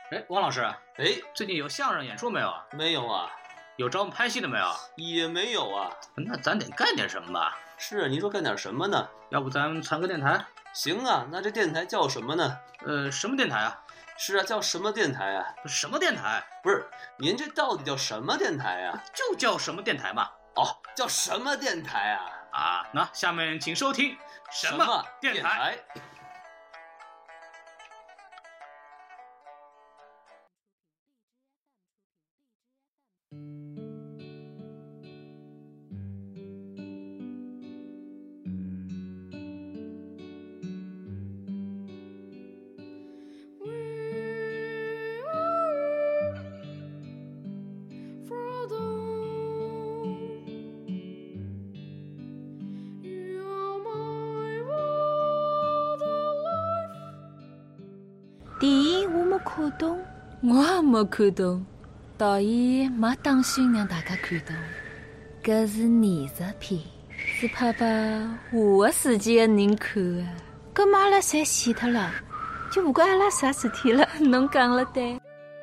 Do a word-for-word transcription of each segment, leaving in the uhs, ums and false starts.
哎，王老师， 哎， 最近有相声演出没有啊？ 没有啊。 有找我们拍戏的没有？ 也没有啊。 那咱得干点什么吧？ 是啊，您说干点什么呢？ 要不咱传个电台？ 行啊，那这电台叫什么呢？ 呃，什么电台啊？ 是啊，叫什么电台啊？ 什么电台？ 不是，您这到底叫什么电台啊？ 就叫什么电台嘛。 哦，叫什么电台啊？ 啊，那下面请收听什么电台？ 电台电影我没看懂，我也没看懂，导演没打算让大家看懂。搿是艺术片，是拍拨下个世纪的人看的。搿么阿拉侪死脱了，就不管阿拉啥事体了。侬讲了对。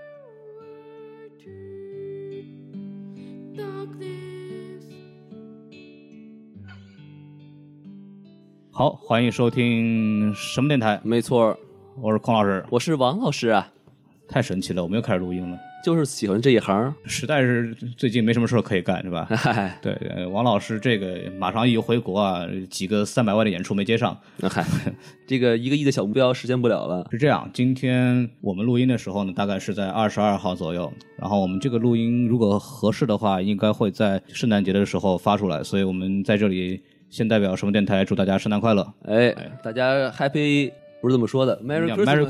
好，欢迎收听什么电台？ 没错， 我是孔老师， 我是王老师啊。 太神奇了，我们又开始录音了。 就是喜欢这一行， 实在是最近没什么事可以干，是吧？对，王老师这个马上一回国啊，几个三百万的演出没接上， 嗨，这个一个亿的小目标实现不了了。 是这样，今天我们录音的时候呢，大概是在二十二号左右，然后我们这个录音如果合适的话，应该会在圣诞节的时候发出来，所以我们在这里先代表什么电台祝大家圣诞快乐。 哎，哎大家 Happy 不是这么说的 ，Merry Christmas，Merry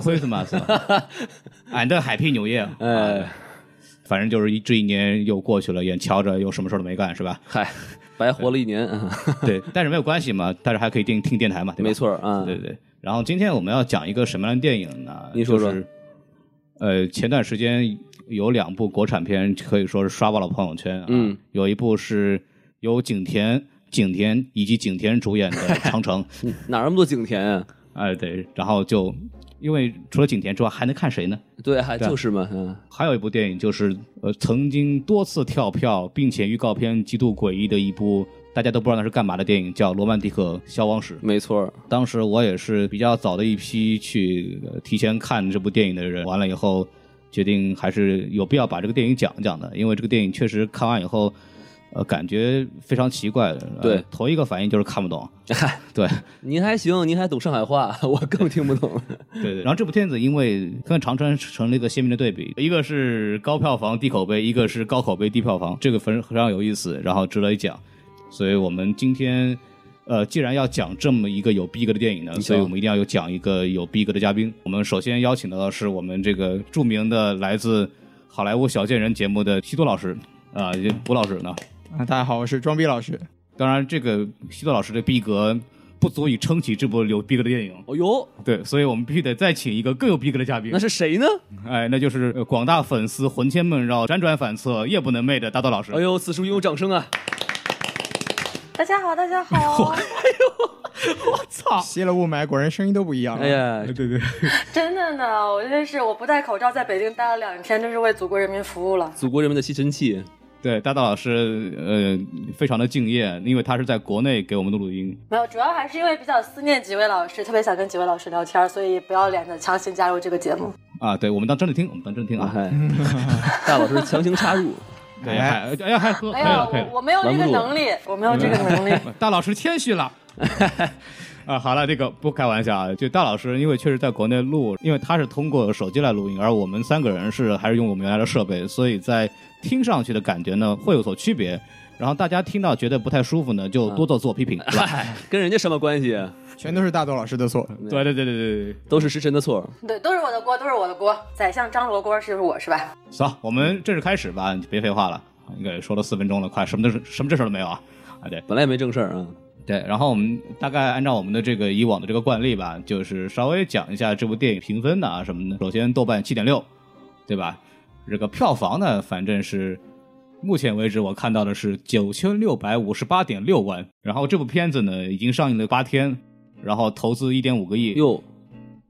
Christmas，and Happy New Year。哎。反正就是一这一年又过去了，眼瞧着又什么事都没干，是吧？ 嗨，白活了一年。 对，但是没有关系嘛，但是还可以听听电台嘛，对吧？ 没错啊， 对对。然后今天我们要讲一个什么样的电影呢？ 你说说。 就是、呃，前段时间有两部国产片可以说是刷爆了朋友圈啊。 嗯。 有一部是由景甜、景甜以及景甜主演的《长城》。 哪那么多景甜啊？ 哎，对，然后就。因为除了景甜之外，还能看谁呢？ 对，还就是嘛。嗯， 还有一部电影，就是呃，曾经多次跳票，并且预告片极度诡异的一部，大家都不知道那是干嘛的电影，叫《罗曼蒂克消亡史》。 没错， 当时我也是比较早的一批去、呃、提前看这部电影的人，完了以后决定还是有必要把这个电影讲一讲的，因为这个电影确实看完以后。呃，感觉非常奇怪。 对、 呃，头一个反应就是看不懂。对， 您还行，您还懂上海话，我更听不懂。 对对。然后这部片子因为跟长城成了一个鲜明的对比，一个是高票房低口碑，一个是高口碑低票房，这个非常有意思，然后值得一讲。所以我们今天，呃，既然要讲这么一个有逼格的电影呢，所以我们一定要有讲一个有逼格的嘉宾。我们首先邀请到的是我们这个著名的来自好莱坞小贱人节目的西多老师啊，吴、呃、老师呢。 啊，大家好，我是装逼老师。 当然，这个西多老师的逼格不足以撑起这部有逼格的电影。 哦哟， 对，所以我们必须得再请一个更有逼格的嘉宾。 那是谁呢？ 哎，那就是广大粉丝魂牵梦绕、辗转反侧、夜不能寐的大豆老师。 哎呦，此处应有掌声啊！ 大家好，大家好。 哎呦，我操！ 吸了雾霾，果然声音都不一样了。 哎呀， 对对， 真的呢，我真是我不戴口罩在北京待了两天，真是为祖国人民服务了。 祖国人民的吸尘器。 对，大道老师呃非常的敬业，因为他是在国内给我们的录音。 没有，主要还是因为比较思念几位老师，特别想跟几位老师聊天，所以不要脸的强行加入这个节目。 啊，对，我们当真的听，我们当真的听啊！ 大老师强行插入， 对，哎呀，还喝， 哎呀，我我没有这个能力，我没有这个能力。 大老师谦虚了。啊，好了，这个不开玩笑啊，就大老师因为确实在国内录，因为他是通过手机来录音，而我们三个人是还是用我们原来的设备，所以在听上去的感觉呢会有所区别。然后大家听到觉得不太舒服呢，就多做自我批评，是吧？ 跟人家什么关系？ 全都是大豆老师的错。 对对对对对对， 都是时辰的错。 对，都是我的锅，都是我的锅。宰相张罗锅是我是吧？ 好，我们正式开始吧，别废话了，应该说了四分钟了，快什么都什么正事都没有啊！啊，对， 本来也没正事啊。 对，然后我们大概按照我们的这个以往的这个惯例吧，就是稍微讲一下这部电影评分的啊什么的。首先豆瓣 七点六， 对吧？这个票房呢，反正是目前为止我看到的是九千六百五十八点六万。然后这部片子呢已经上映了八天，然后投资一点五个亿。 哟，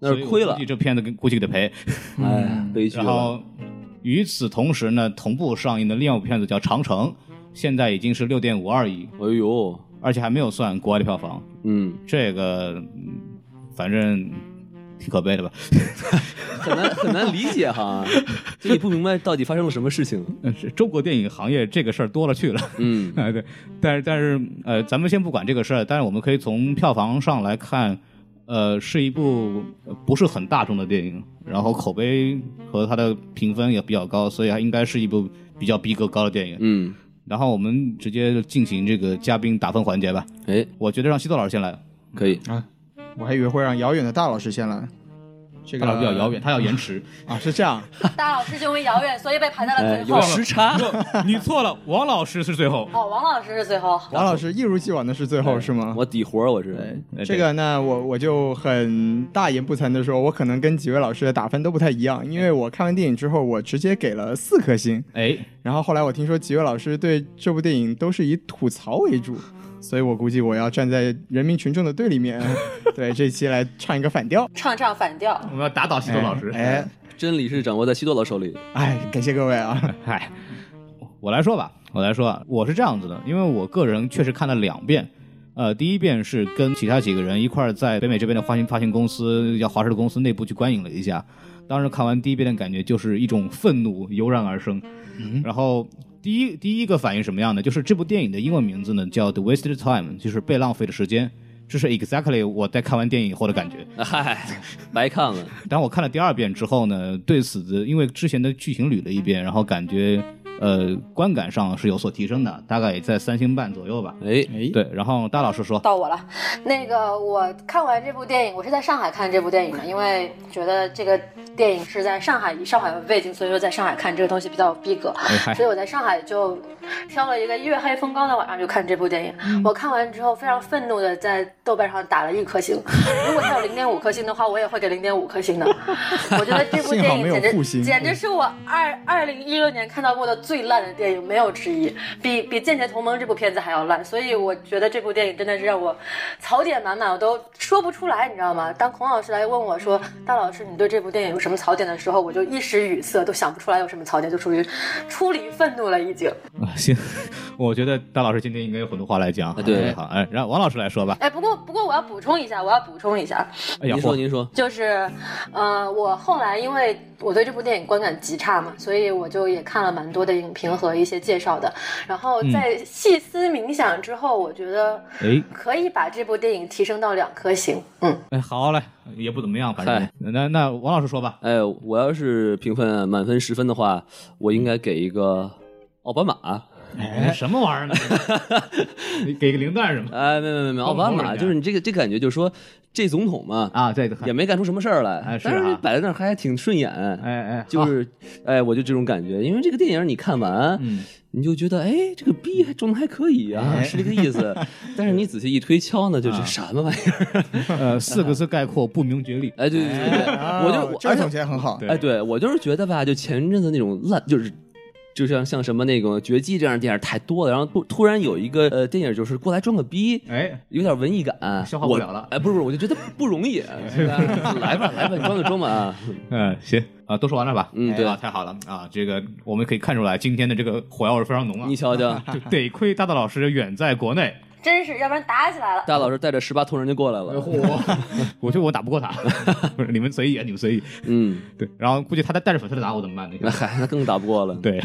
那是亏了。 估计这片子估计得赔， 哎，悲剧了。 然后与此同时呢，同步上映的另外一部片子叫《长城》，现在已经是六点五二亿， 哎呦， 而且还没有算国外的票房。 嗯， 这个反正挺可悲的吧。 很难很难理解哈，就你不明白到底发生了什么事情。 是中国电影行业这个事儿多了去了。 嗯， 啊对，但是但是呃，咱们先不管这个事儿，但是我们可以从票房上来看，呃，是一部不是很大众的电影，然后口碑和它的评分也比较高，所以它应该是一部比较逼格高的电影。 嗯， 然后我们直接进行这个嘉宾打分环节吧。 哎， 我觉得让西多老师先来。 可以啊，我还以为会让遥远的大老师先来。这个大老师比较遥远，他要延迟啊，是这样。 大老师就因为遥远，所以被排在了哎最后。 有时差。 你错了，王老师是最后。 哦，王老师是最后。 王老师一如既往的是最后，是吗？ 我底活我是。 对这个那我我就很大言不惭的说，我可能跟几位老师的打分都不太一样，因为我看完电影之后，我直接给了四颗星。 哎， 然后后来我听说几位老师对这部电影都是以吐槽为主，所以我估计我要站在人民群众的对立面，对这期来唱一个反调， 唱唱反调。 我们要打倒西多老师。 哎，哎真理是掌握在西多老手里。 哎，感谢各位啊！ 嗨，我来说吧，我来说啊，我是这样子的，因为我个人确实看了两遍。呃，第一遍是跟其他几个人一块儿在北美这边的发行发行公司，叫华视的公司内部去观影了一下。当时看完第一遍的感觉就是一种愤怒油然而生。嗯、然后第一第一个反应什么样的？就是这部电影的英文名字呢叫 The Wasted Time， 就是被浪费的时间。这是 exactly 我在看完电影以后的感觉。 嗨，白看了。 当我看了第二遍之后呢，对此的因为之前的剧情捋了一遍，然后感觉呃观感上是有所提升的，大概也在三星半左右吧。 哎哎， 对，然后大老师说到我了。那个我看完这部电影，我是在上海看这部电影的，因为觉得这个电影是在上海，以上海为背景，所以说在上海看这个东西比较有逼格， 哎、 所以我在上海就挑了一个月黑风高的晚上就看这部电影。嗯、我看完之后非常愤怒的在豆瓣上打了一颗星，如果它有零点五颗星的话，我也会给零点五颗星的。我觉得这部电影简直简直是我二二零一六年看到过的最烂的电影，没有之一，比比《间谍同盟》这部片子还要烂。所以我觉得这部电影真的是让我槽点满满，我都说不出来，你知道吗？当孔老师来问我说：“大老师，你对这部电影有什么槽点的时候，我就一时语塞，都想不出来有什么槽点，就属于出离愤怒了已经。 啊，行，我觉得大老师今天应该有很多话来讲。 对， 好，哎，让王老师来说吧。 哎，不过不过我要补充一下，我要补充一下。 哎呀， 您说您说， 就是，呃，我后来因为我对这部电影观感极差嘛，所以我就也看了蛮多的影评和一些介绍的。然后在细思冥想之后，我觉得，哎，可以把这部电影提升到两颗星。嗯， 哎，好嘞，也不怎么样，反正。那那王老师说吧。 哎，我要是评分满分十分的话，我应该给一个奥巴马。 哎，什么玩意儿呢？你给个零蛋是吗？ 哎，没没没没，奥巴马就是你这个这感觉，就是说这总统嘛， 啊，这个也没干出什么事儿来， 哎，是但是摆在那儿还挺顺眼，哎哎， 就是哎，我就这种感觉，因为这个电影你看完， 嗯， 你就觉得哎，这个逼还装的还可以啊，是这个意思。但是你仔细一推敲呢，就是什么玩意儿？ 呃，四个字概括：不明觉厉。 哎，对对对对，我就这个总结很好。 哎，对我就是觉得吧，就前阵子那种烂，就是。就像像什么那种绝技这样的电影太多了，然后突突然有一个呃电影就是过来装个逼， 哎， 有点文艺感， 消化不了了。 哎，不是不是，我就觉得不容易。来吧来吧，装就装吧啊。 嗯，行啊，都说完了吧？ 嗯，对啊，太好了啊，这个我们可以看出来今天的这个火药味非常浓啊。 你瞧瞧， 就得亏大大老师远在国内。 真是，要不然打起来了。 大老师带着十八铜人就过来了， 我我觉得我打不过他，不是你们随意，你们随意。 嗯， 对，然后估计他带着粉丝来打我怎么办？ 那嗨，那更打不过了。 对。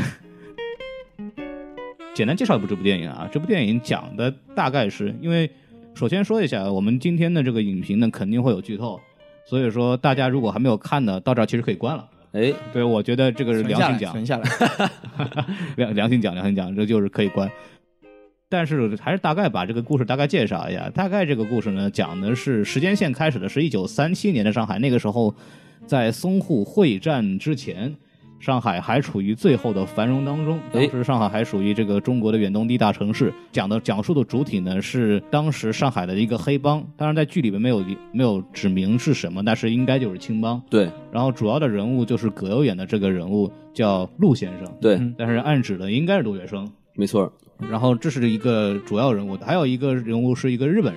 简单介绍一部这部电影啊，这部电影讲的大概是因为，首先说一下，我们今天的这个影评呢肯定会有剧透，所以说大家如果还没有看的，到这儿其实可以关了。 哎， 对，我觉得这个是良心讲， 存下来， 良良心讲，良心讲，这就是可以关。但是还是大概把这个故事大概介绍一下，大概这个故事呢讲的是时间线开始的是一九三七年的上海，那个时候在淞沪会战之前。上海还处于最后的繁荣当中，当时上海还属于这个中国的远东第一大城市。讲的讲述的主体呢是当时上海的一个黑帮，当然在剧里面没有没有指明是什么，但是应该就是青帮。 对， 然后主要的人物就是葛优演的这个人物叫陆先生， 对， 嗯、但是暗指的应该是陆月笙， 没错。 然后这是一个主要人物，还有一个人物是一个日本人，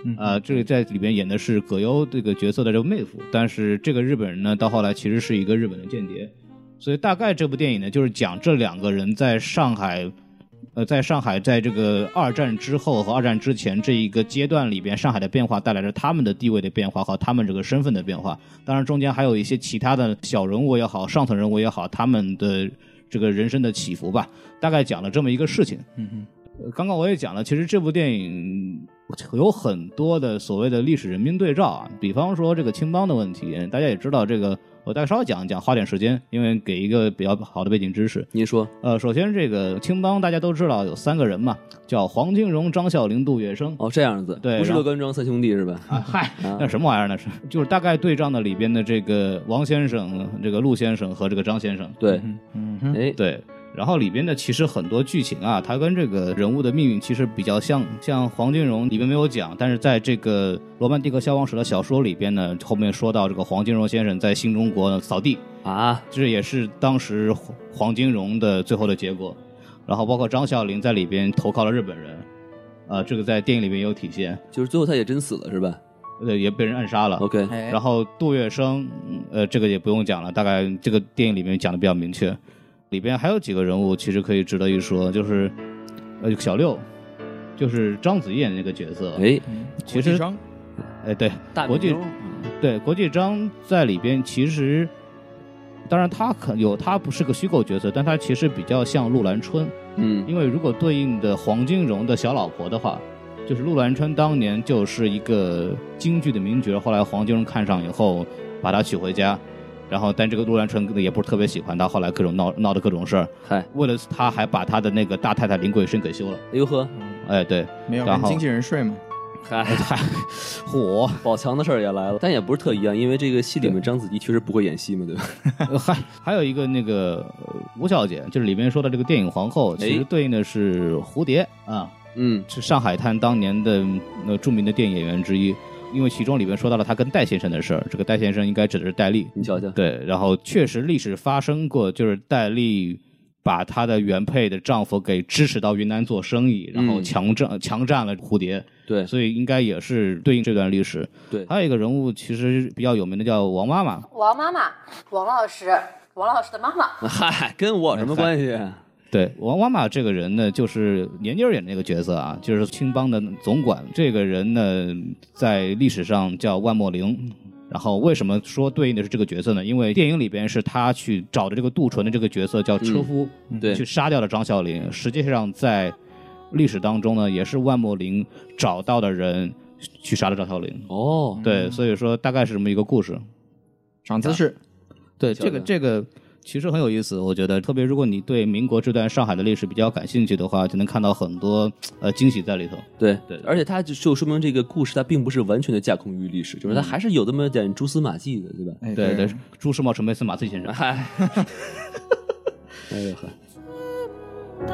嗯呃，这个在里边演的是葛优这个角色的这个妹夫，但是这个日本人呢，到后来其实是一个日本的间谍，所以大概这部电影呢，就是讲这两个人在上海，呃，在上海在这个二战之后和二战之前这一个阶段里边，上海的变化带来着他们的地位的变化和他们这个身份的变化，当然中间还有一些其他的小人物也好，上层人物也好，他们的这个人生的起伏吧，大概讲了这么一个事情。 嗯哼。 刚刚我也讲了，其实这部电影有很多的所谓的历史人民对照啊，比方说这个青帮的问题，大家也知道这个，我大概稍微讲一讲，花点时间，因为给一个比较好的背景知识。 您说， 呃，首先这个青帮大家都知道有三个人嘛，叫黄金荣、张啸林、杜月笙。 哦，这样子， 对， 不是乐关张三兄弟是吧？ 啊，嗨，那什么玩意儿那是？就是大概对仗的里边的这个王先生、这个陆先生和这个张先生。 对， 嗯哼， 哎， 对。然后里边的其实很多剧情啊，它跟这个人物的命运其实比较像，像黄金荣里边没有讲，但是在这个罗曼蒂克消亡史的小说里边呢，后面说到这个黄金荣先生在新中国呢扫地啊， 这也是当时黄金荣的最后的结果。然后包括张啸林在里边投靠了日本人，啊，这个在电影里面也有体现， 就是最后他也真死了是吧？ 呃，也被人暗杀了。 OK， 然后杜月笙，呃，这个也不用讲了，大概这个电影里面讲的比较明确。里边还有几个人物其实可以值得一说，就是呃小六，就是章子燕那个角色。 哎， 其实哎对， 大国际对国际章在里边其实，当然他可有他不是个虚构角色，但他其实比较像陆兰春。 嗯， 因为如果对应的黄金荣的小老婆的话，就是陆兰春当年就是一个京剧的名角，后来黄金荣看上以后把她娶回家。然后，但这个陆兰春也不是特别喜欢他，后来各种闹闹的各种事儿。 嗨， 为了他还把他的那个大太太林桂生给休了。 哎呦呵， 哎对， 没有跟经纪人睡嘛？ 嗨嗨，火宝强的事儿也来了，但也不是特一样，因为这个戏里面章子怡确实不会演戏嘛，对吧？ 嗨，还有一个那个吴小姐，就是里面说的这个电影皇后，其实对应的是蝴蝶啊， 嗯， 是上海滩当年的呃著名的电影演员之一。因为其中里面说到了他跟戴先生的事儿，这个戴先生应该指的是戴笠， 你瞧瞧。 对，然后确实历史发生过，就是戴笠把她的原配的丈夫给支持到云南做生意，然后强占、嗯、强占了蝴蝶， 对， 所以应该也是对应这段历史。 对， 还有一个人物其实比较有名的叫王妈妈， 王妈妈，王老师，王老师的妈妈。 嗨，跟我什么关系？ 对，王妈妈这个人呢，就是年妮儿演的那个角色啊，就是青帮的总管。这个人呢，在历史上叫万墨玲。然后为什么说对应的是这个角色呢？因为电影里边是他去找的这个杜淳的这个角色叫车夫， 嗯、对， 去杀掉了张啸林。实际上在历史当中呢，也是万墨玲找到的人去杀了张啸林。 哦， 对，所以说大概是这么一个故事。 长姿势， 对，这个这个。其实很有意思，我觉得，特别如果你对民国这段上海的历史比较感兴趣的话，就能看到很多呃惊喜在里头。 对对， 而且它就说明这个故事它并不是完全的架空于历史，就是它还是有这么点蛛丝马迹的，对吧？ 哎、对对，朱时茂、陈佩斯、马刺先生。 嗨，哎呦呵。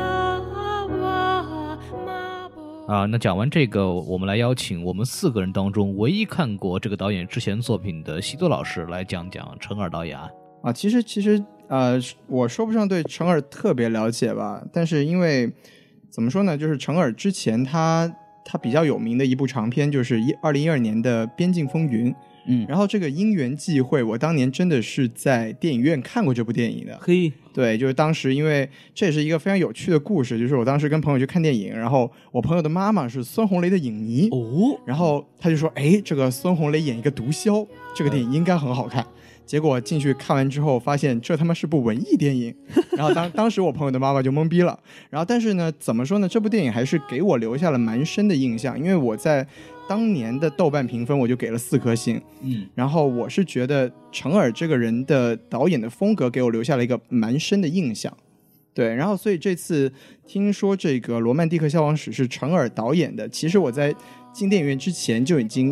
啊，那讲完这个，我们来邀请我们四个人当中唯一看过这个导演之前作品的西多老师来讲讲陈耳导演啊。 啊，其实其实呃，我说不上对陈耳特别了解吧，但是因为怎么说呢，就是陈耳之前他他比较有名的一部长片就是一二零一二年的《边境风云》，嗯，然后这个因缘际会，我当年真的是在电影院看过这部电影的。 嘿， 对，就是当时因为这也是一个非常有趣的故事，就是我当时跟朋友去看电影，然后我朋友的妈妈是孙红雷的影迷哦， 然后他就说，哎，这个孙红雷演一个毒枭，这个电影应该很好看。结果进去看完之后发现这他妈是部文艺电影，然后当当时我朋友的妈妈就懵逼了。然后但是呢怎么说呢，这部电影还是给我留下了蛮深的印象，因为我在当年的豆瓣评分我就给了四颗星。嗯，然后我是觉得陈耳这个人的导演的风格给我留下了一个蛮深的印象。对，然后所以这次听说这个《罗曼蒂克消亡史》是陈耳导演的，其实我在进电影院之前就已经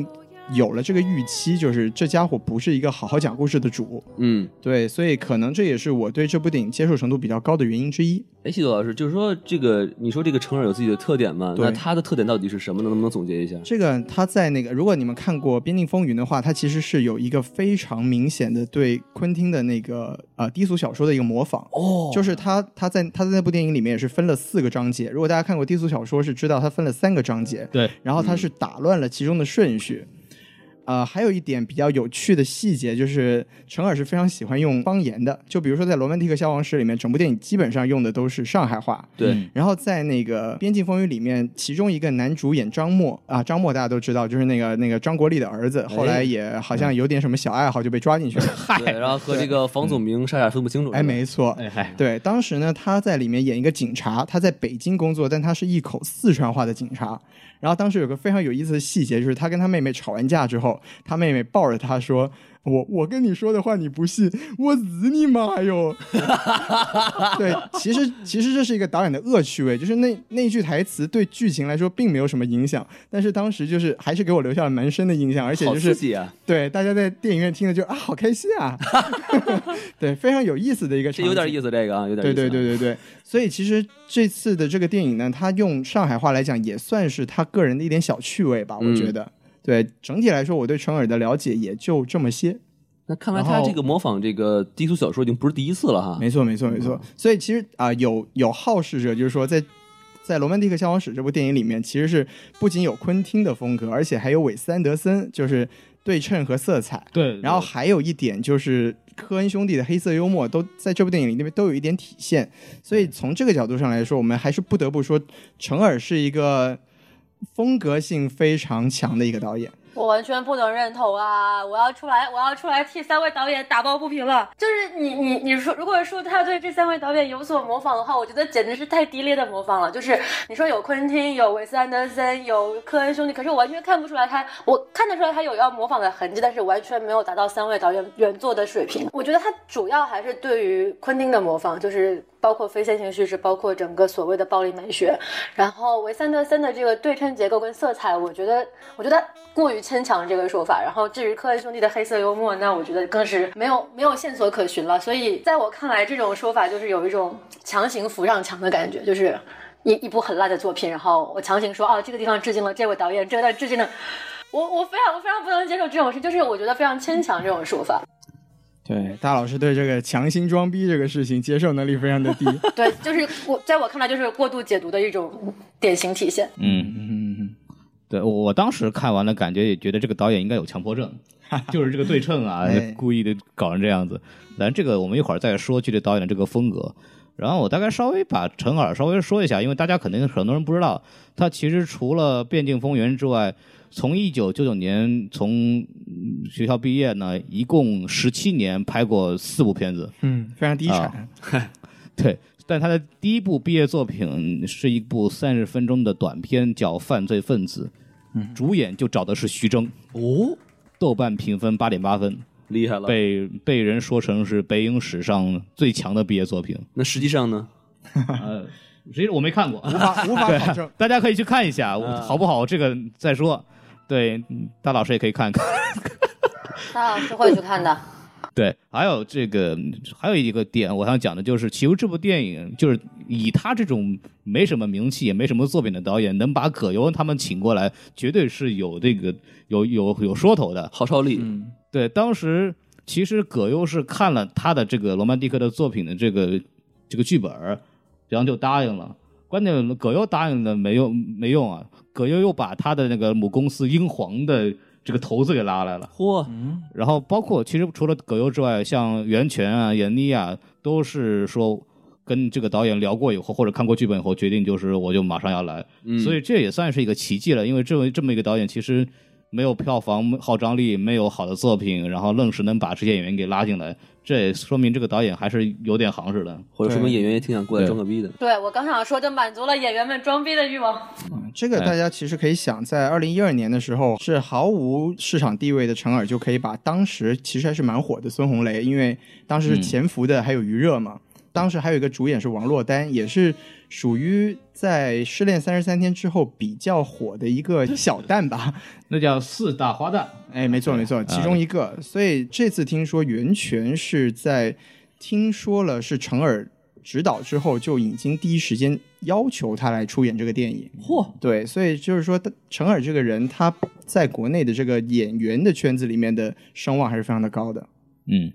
有了这个预期，就是这家伙不是一个好好讲故事的主。 嗯， 对，所以可能这也是我对这部电影接受程度比较高的原因之一。 哎，西多老师，就是说这个，你说这个成尔有自己的特点吗？ 对那他的特点到底是什么呢？能不能总结一下？ 这个他在那个，如果你们看过《边境风云》的话，他其实是有一个非常明显的对昆汀的那个呃低俗小说的一个模仿。 哦， 就是他他在他在那部电影里面也是分了四个章节。如果大家看过低俗小说，是知道他分了三个章节。 对， 然后他是打乱了其中的顺序。呃，还有一点比较有趣的细节，就是成尔是非常喜欢用方言的。就比如说在《罗曼蒂克消亡史》里面，整部电影基本上用的都是上海话。 对， 嗯然后在那个《边境风云》里面，其中一个男主演张默啊，张默大家都知道，就是那个那个张国立的儿子，后来也好像有点什么小爱好就被抓进去了。 对，然后和这个房祖名差点分不清楚。 哎，没错。 哎嗨， 对，当时呢，他在里面演一个警察，他在北京工作，但他是一口四川话的警察。然后当时有个非常有意思的细节，就是他跟他妹妹吵完架之后，他妹妹抱着他说：“我我跟你说的话你不信，我日你妈哟！”对，其实其实这是一个导演的恶趣味，就是那那句台词对剧情来说并没有什么影响，但是当时就是还是给我留下了蛮深的印象，而且就是好刺激啊！ 对大家在电影院听了就啊好开心啊，对，非常有意思的一个场景， 这有点意思，这个啊，有点意思、 对对对对对，所以其实这次的这个电影呢，他用上海话来讲，也算是他个人的一点小趣味吧，我觉得。嗯、对，整体来说，我对成尔的了解也就这么些。 那看来他这个模仿这个低俗小说已经不是第一次了哈。 没错没错没错。所以其实啊、呃，有有好事者就是说在。在《罗曼蒂克消亡史》这部电影里面，其实是不仅有昆汀的风格，而且还有韦斯安德森，就是对称和色彩。 对, 对， 然后还有一点就是科恩兄弟的黑色幽默，都在这部电影里面都有一点体现。所以从这个角度上来说，我们还是不得不说，成尔是一个风格性非常强的一个导演。 我完全不能认同啊！我要出来，我要出来替三位导演打抱不平了。就是你你你说，如果说他对这三位导演有所模仿的话，我觉得简直是太低劣的模仿了。就是你说有昆汀，有韦斯安德森，有科恩兄弟，可是我完全看不出来他，我看得出来他有要模仿的痕迹，但是完全没有达到三位导演原作的水平。我觉得他主要还是对于昆汀的模仿，就是包括非线性叙事，包括整个所谓的暴力美学。然后韦斯安德森的这个对称结构跟色彩，我觉得我觉得过于牵强这个说法。然后至于科恩兄弟的黑色幽默，那我觉得更是没有没有线索可循了。所以在我看来，这种说法就是有一种强行扶上墙的感觉，就是一一部很烂的作品，然后我强行说哦，这个地方致敬了这位导演，这个致敬了我，我非常我非常不能接受这种事，就是我觉得非常牵强这种说法。 对，大老师对这个强行装逼这个事情接受能力非常的低。 对，就是我在我看来就是过度解读的一种典型体现。 嗯嗯嗯，对，我我当时看完了，感觉也觉得这个导演应该有强迫症，就是这个对称啊，故意的搞成这样子。但这个我们一会儿再说具体导演的这个风格。然后我大概稍微把成尔稍微说一下，因为大家肯定很多人不知道，他其实除了《边境风云》之外，从一九九九年从学校毕业呢，一共十七年拍过四部片子， 嗯，非常低产。 啊、对，但他的第一部毕业作品是一部三十分钟的短片，叫《犯罪分子》，嗯，主演就找的是徐峥。 哦， 豆瓣评分八点八分。 厉害了， 被被人说成是北影史上最强的毕业作品。 那实际上呢？ 呃，实际我没看过， 无法无法考证。 大家可以去看一下， 啊、 好不好？这个再说。对，大老师也可以看看。 大老师会去看的。 对，还有这个，还有一个点，我想讲的就是，其实这部电影就是以他这种没什么名气也没什么作品的导演，能把葛优他们请过来，绝对是有这个有有有说头的， 号召力。 嗯， 对，当时其实葛优是看了他的这个罗曼蒂克的作品的这个这个剧本，然后就答应了。关键葛优答应了没用没用啊，葛优又把他的那个母公司英皇的这个头子给拉来了， 嚯！ 然后包括其实除了葛优之外，像袁泉啊、闫妮啊，都是说跟这个导演聊过以后，或者看过剧本以后，决定就是我就马上要来。 嗯、 所以这也算是一个奇迹了，因为这么这么一个导演，其实没有票房号召力，没有好的作品，然后愣是能把这些演员给拉进来，这也说明这个导演还是有点行市的， 或者说明演员也挺想过来装个逼的。 对，我刚想说，就满足了演员们装逼的欲望。 嗯，这个大家其实可以想，在二零一二年的时候，是毫无市场地位的成尔就可以把当时其实还是蛮火的孙红雷，因为当时是潜伏的还有余热嘛。嗯， 当时还有一个主演是王珞丹，也是属于在《失恋三十三天》之后比较火的一个小旦吧。 那叫四大花旦。 哎，没错没错，其中一个。嗯、所以这次听说袁泉是在听说了是陈耳指导之后，就已经第一时间要求他来出演这个电影。 嚯， 对，所以就是说陈耳这个人，他在国内的这个演员的圈子里面的声望还是非常的高的。 嗯。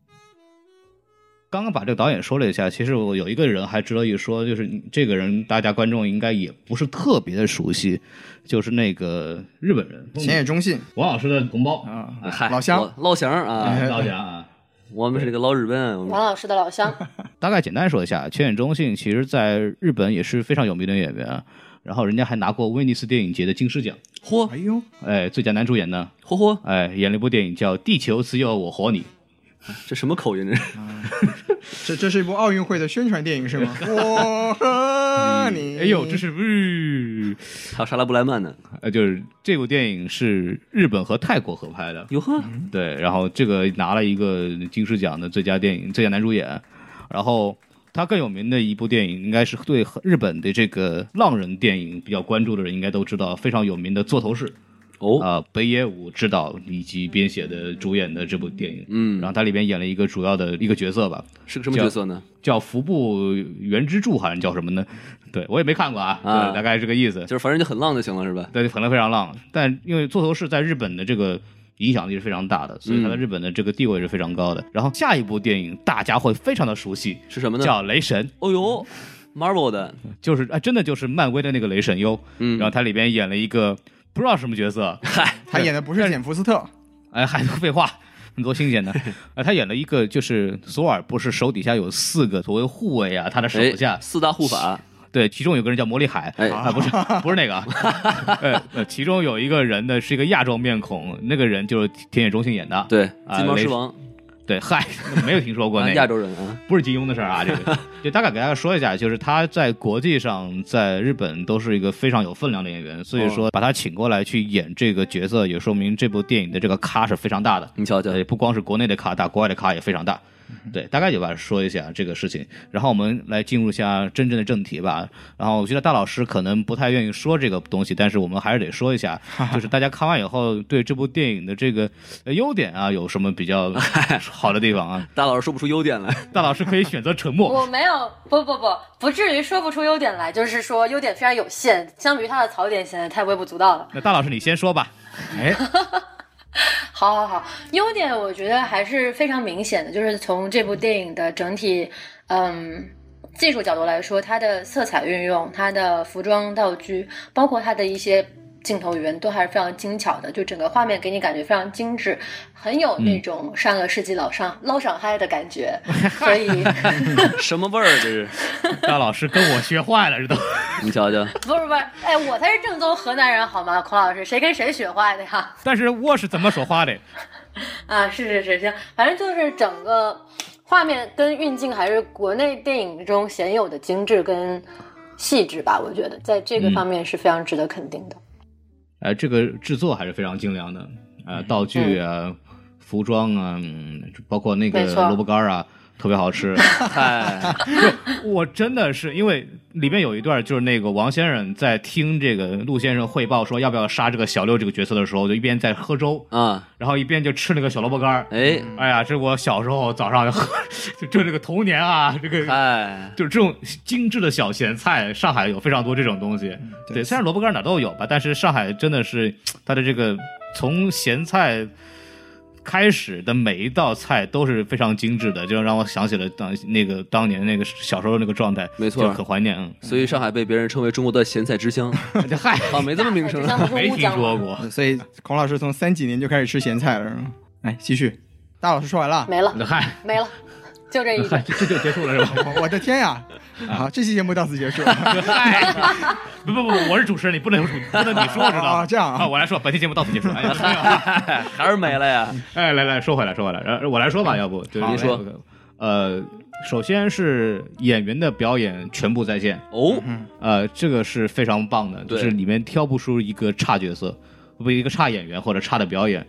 刚刚把这个导演说了一下，其实我有一个人还值得一说，就是这个人大家观众应该也不是特别的熟悉，就是那个日本人前野忠信， 王老师的同胞啊， 嗨， 老乡老乡啊， 老乡啊， 我们是这个老日本， 王老师的老乡。 大概简单说一下，前野忠信其实在日本也是非常有名的演员，然后人家还拿过威尼斯电影节的金狮奖。 嚯， 哎呦， 哎，最佳男主演呢， 嚯嚯， 哎，演了一部电影叫《地球只有我和你》。 这什么口音？ 这这是一部奥运会的宣传电影是吗？我和你， 哎呦，这是不是？ 还有莎拉布莱曼呢？ 呃，就是这部电影是日本和泰国合拍的。 哟呵， 对，然后这个拿了一个金狮奖的最佳电影、最佳男主演。然后他更有名的一部电影，应该是对日本的这个浪人电影比较关注的人应该都知道，非常有名的《座头市》。 哦， 啊、呃，北野武执导以及编写的主演的这部电影， 嗯， 然后他里边演了一个主要的一个角色吧， 是个什么角色呢？ 叫, 叫服部原之助，好像叫什么呢？对我也没看过啊， 啊对，大概是这个意思， 就是反正就很浪就行了，是吧？ 对，可能非常浪，但因为座头市在日本的这个影响力是非常大的，所以他在日本的这个地位是非常高的。嗯、然后下一部电影大家会非常的熟悉， 是什么呢？ 叫雷神。 哦呦 ，Marvel 的， 就是啊，真的就是漫威的那个雷神哟。嗯，然后他里边演了一个。不知道什么角色， 嗨， 他演的不是简福斯特， 哎，还废话，很多新鲜的。啊，他演了一个，就是索尔不是手底下有四个所谓护卫啊，他的手下、 哎、四大护法， 对，其中有个人叫魔力海， 哎啊，不是不是那个，呃呃，其中有一个人呢是一个亚洲面孔，那个人就是田野忠信演的， 对， 啊、 金毛狮王。 对，嗨，没有听说过那个、 亚洲人啊， 不是金庸的事儿啊，这个就大概给大家说一下，就是他在国际上，在日本都是一个非常有分量的演员，所以说把他请过来去演这个角色，也说明这部电影的这个咖是非常大的。 你瞧瞧， 不光是国内的咖大，国外的咖也非常大。对，大概就把说一下这个事情，然后我们来进入一下真正的正题吧。然后我觉得大老师可能不太愿意说这个东西，但是我们还是得说一下，就是大家看完以后对这部电影的这个优点啊有什么比较好的地方啊？ 大老师说不出优点来， 大老师可以选择沉默。 我没有，不不不，不至于说不出优点来，就是说优点非常有限，相比于他的槽点显得太微不足道了。 那大老师你先说吧。哎。 好好好，优点我觉得还是非常明显的，就是从这部电影的整体嗯技术角度来说，它的色彩运用，它的服装道具，包括它的一些镜头语言都还是非常精巧的，就整个画面给你感觉非常精致，很有那种上个世纪老上捞上嗨的感觉。所以什么味儿这是？ 大老师跟我学坏了，这都你瞧瞧。 不是不是，哎，我才是正宗河南人好吗？孔老师，谁跟谁学坏的呀？ 但是我是怎么说话的？ 啊，是是是，行，反正就是整个画面跟运镜还是国内电影中鲜有的精致跟细致吧，我觉得在这个方面是非常值得肯定的。嗯呃，这个制作还是非常精良的，呃，道具啊、嗯、服装啊、嗯，包括那个萝卜干啊，特别好吃。 哎， 我真的是因为里面有一段，就是那个王先生在听这个陆先生汇报说要不要杀这个小六这个角色的时候，就一边在喝粥啊， 然后一边就吃那个小萝卜干。 哎， 哎呀，这我小时候早上就喝，就就这个童年啊，这个哎， 就是这种精致的小咸菜，上海有非常多这种东西。嗯、对, 对，虽然萝卜干哪都有吧，但是上海真的是它的这个从咸菜开始的每一道菜都是非常精致的，就让我想起了当那个当年那个小时候那个状态， 没错， 就很怀念。嗯， 所以上海被别人称为中国的咸菜之乡。 嗨， 啊，没这么名声， 没听说过。 所以孔老师从三几年就开始吃咸菜了。哎，继续，大老师说完了， 没了， 嗨， 没了。就这一个， 这就结束了是吧？ 我的天呀！好，这期节目到此结束。 不不不，我是主持人，你不能不能你说知道啊？这样啊， 我来说，本期节目到此结束。哎呀，还是没了呀！ 哎，来来说回来，说回来，我来说吧，要不就您说。 呃，首先是演员的表演全部在线哦， 呃，这个是非常棒的，就是里面挑不出一个差角色，不一个差演员或者差的表演。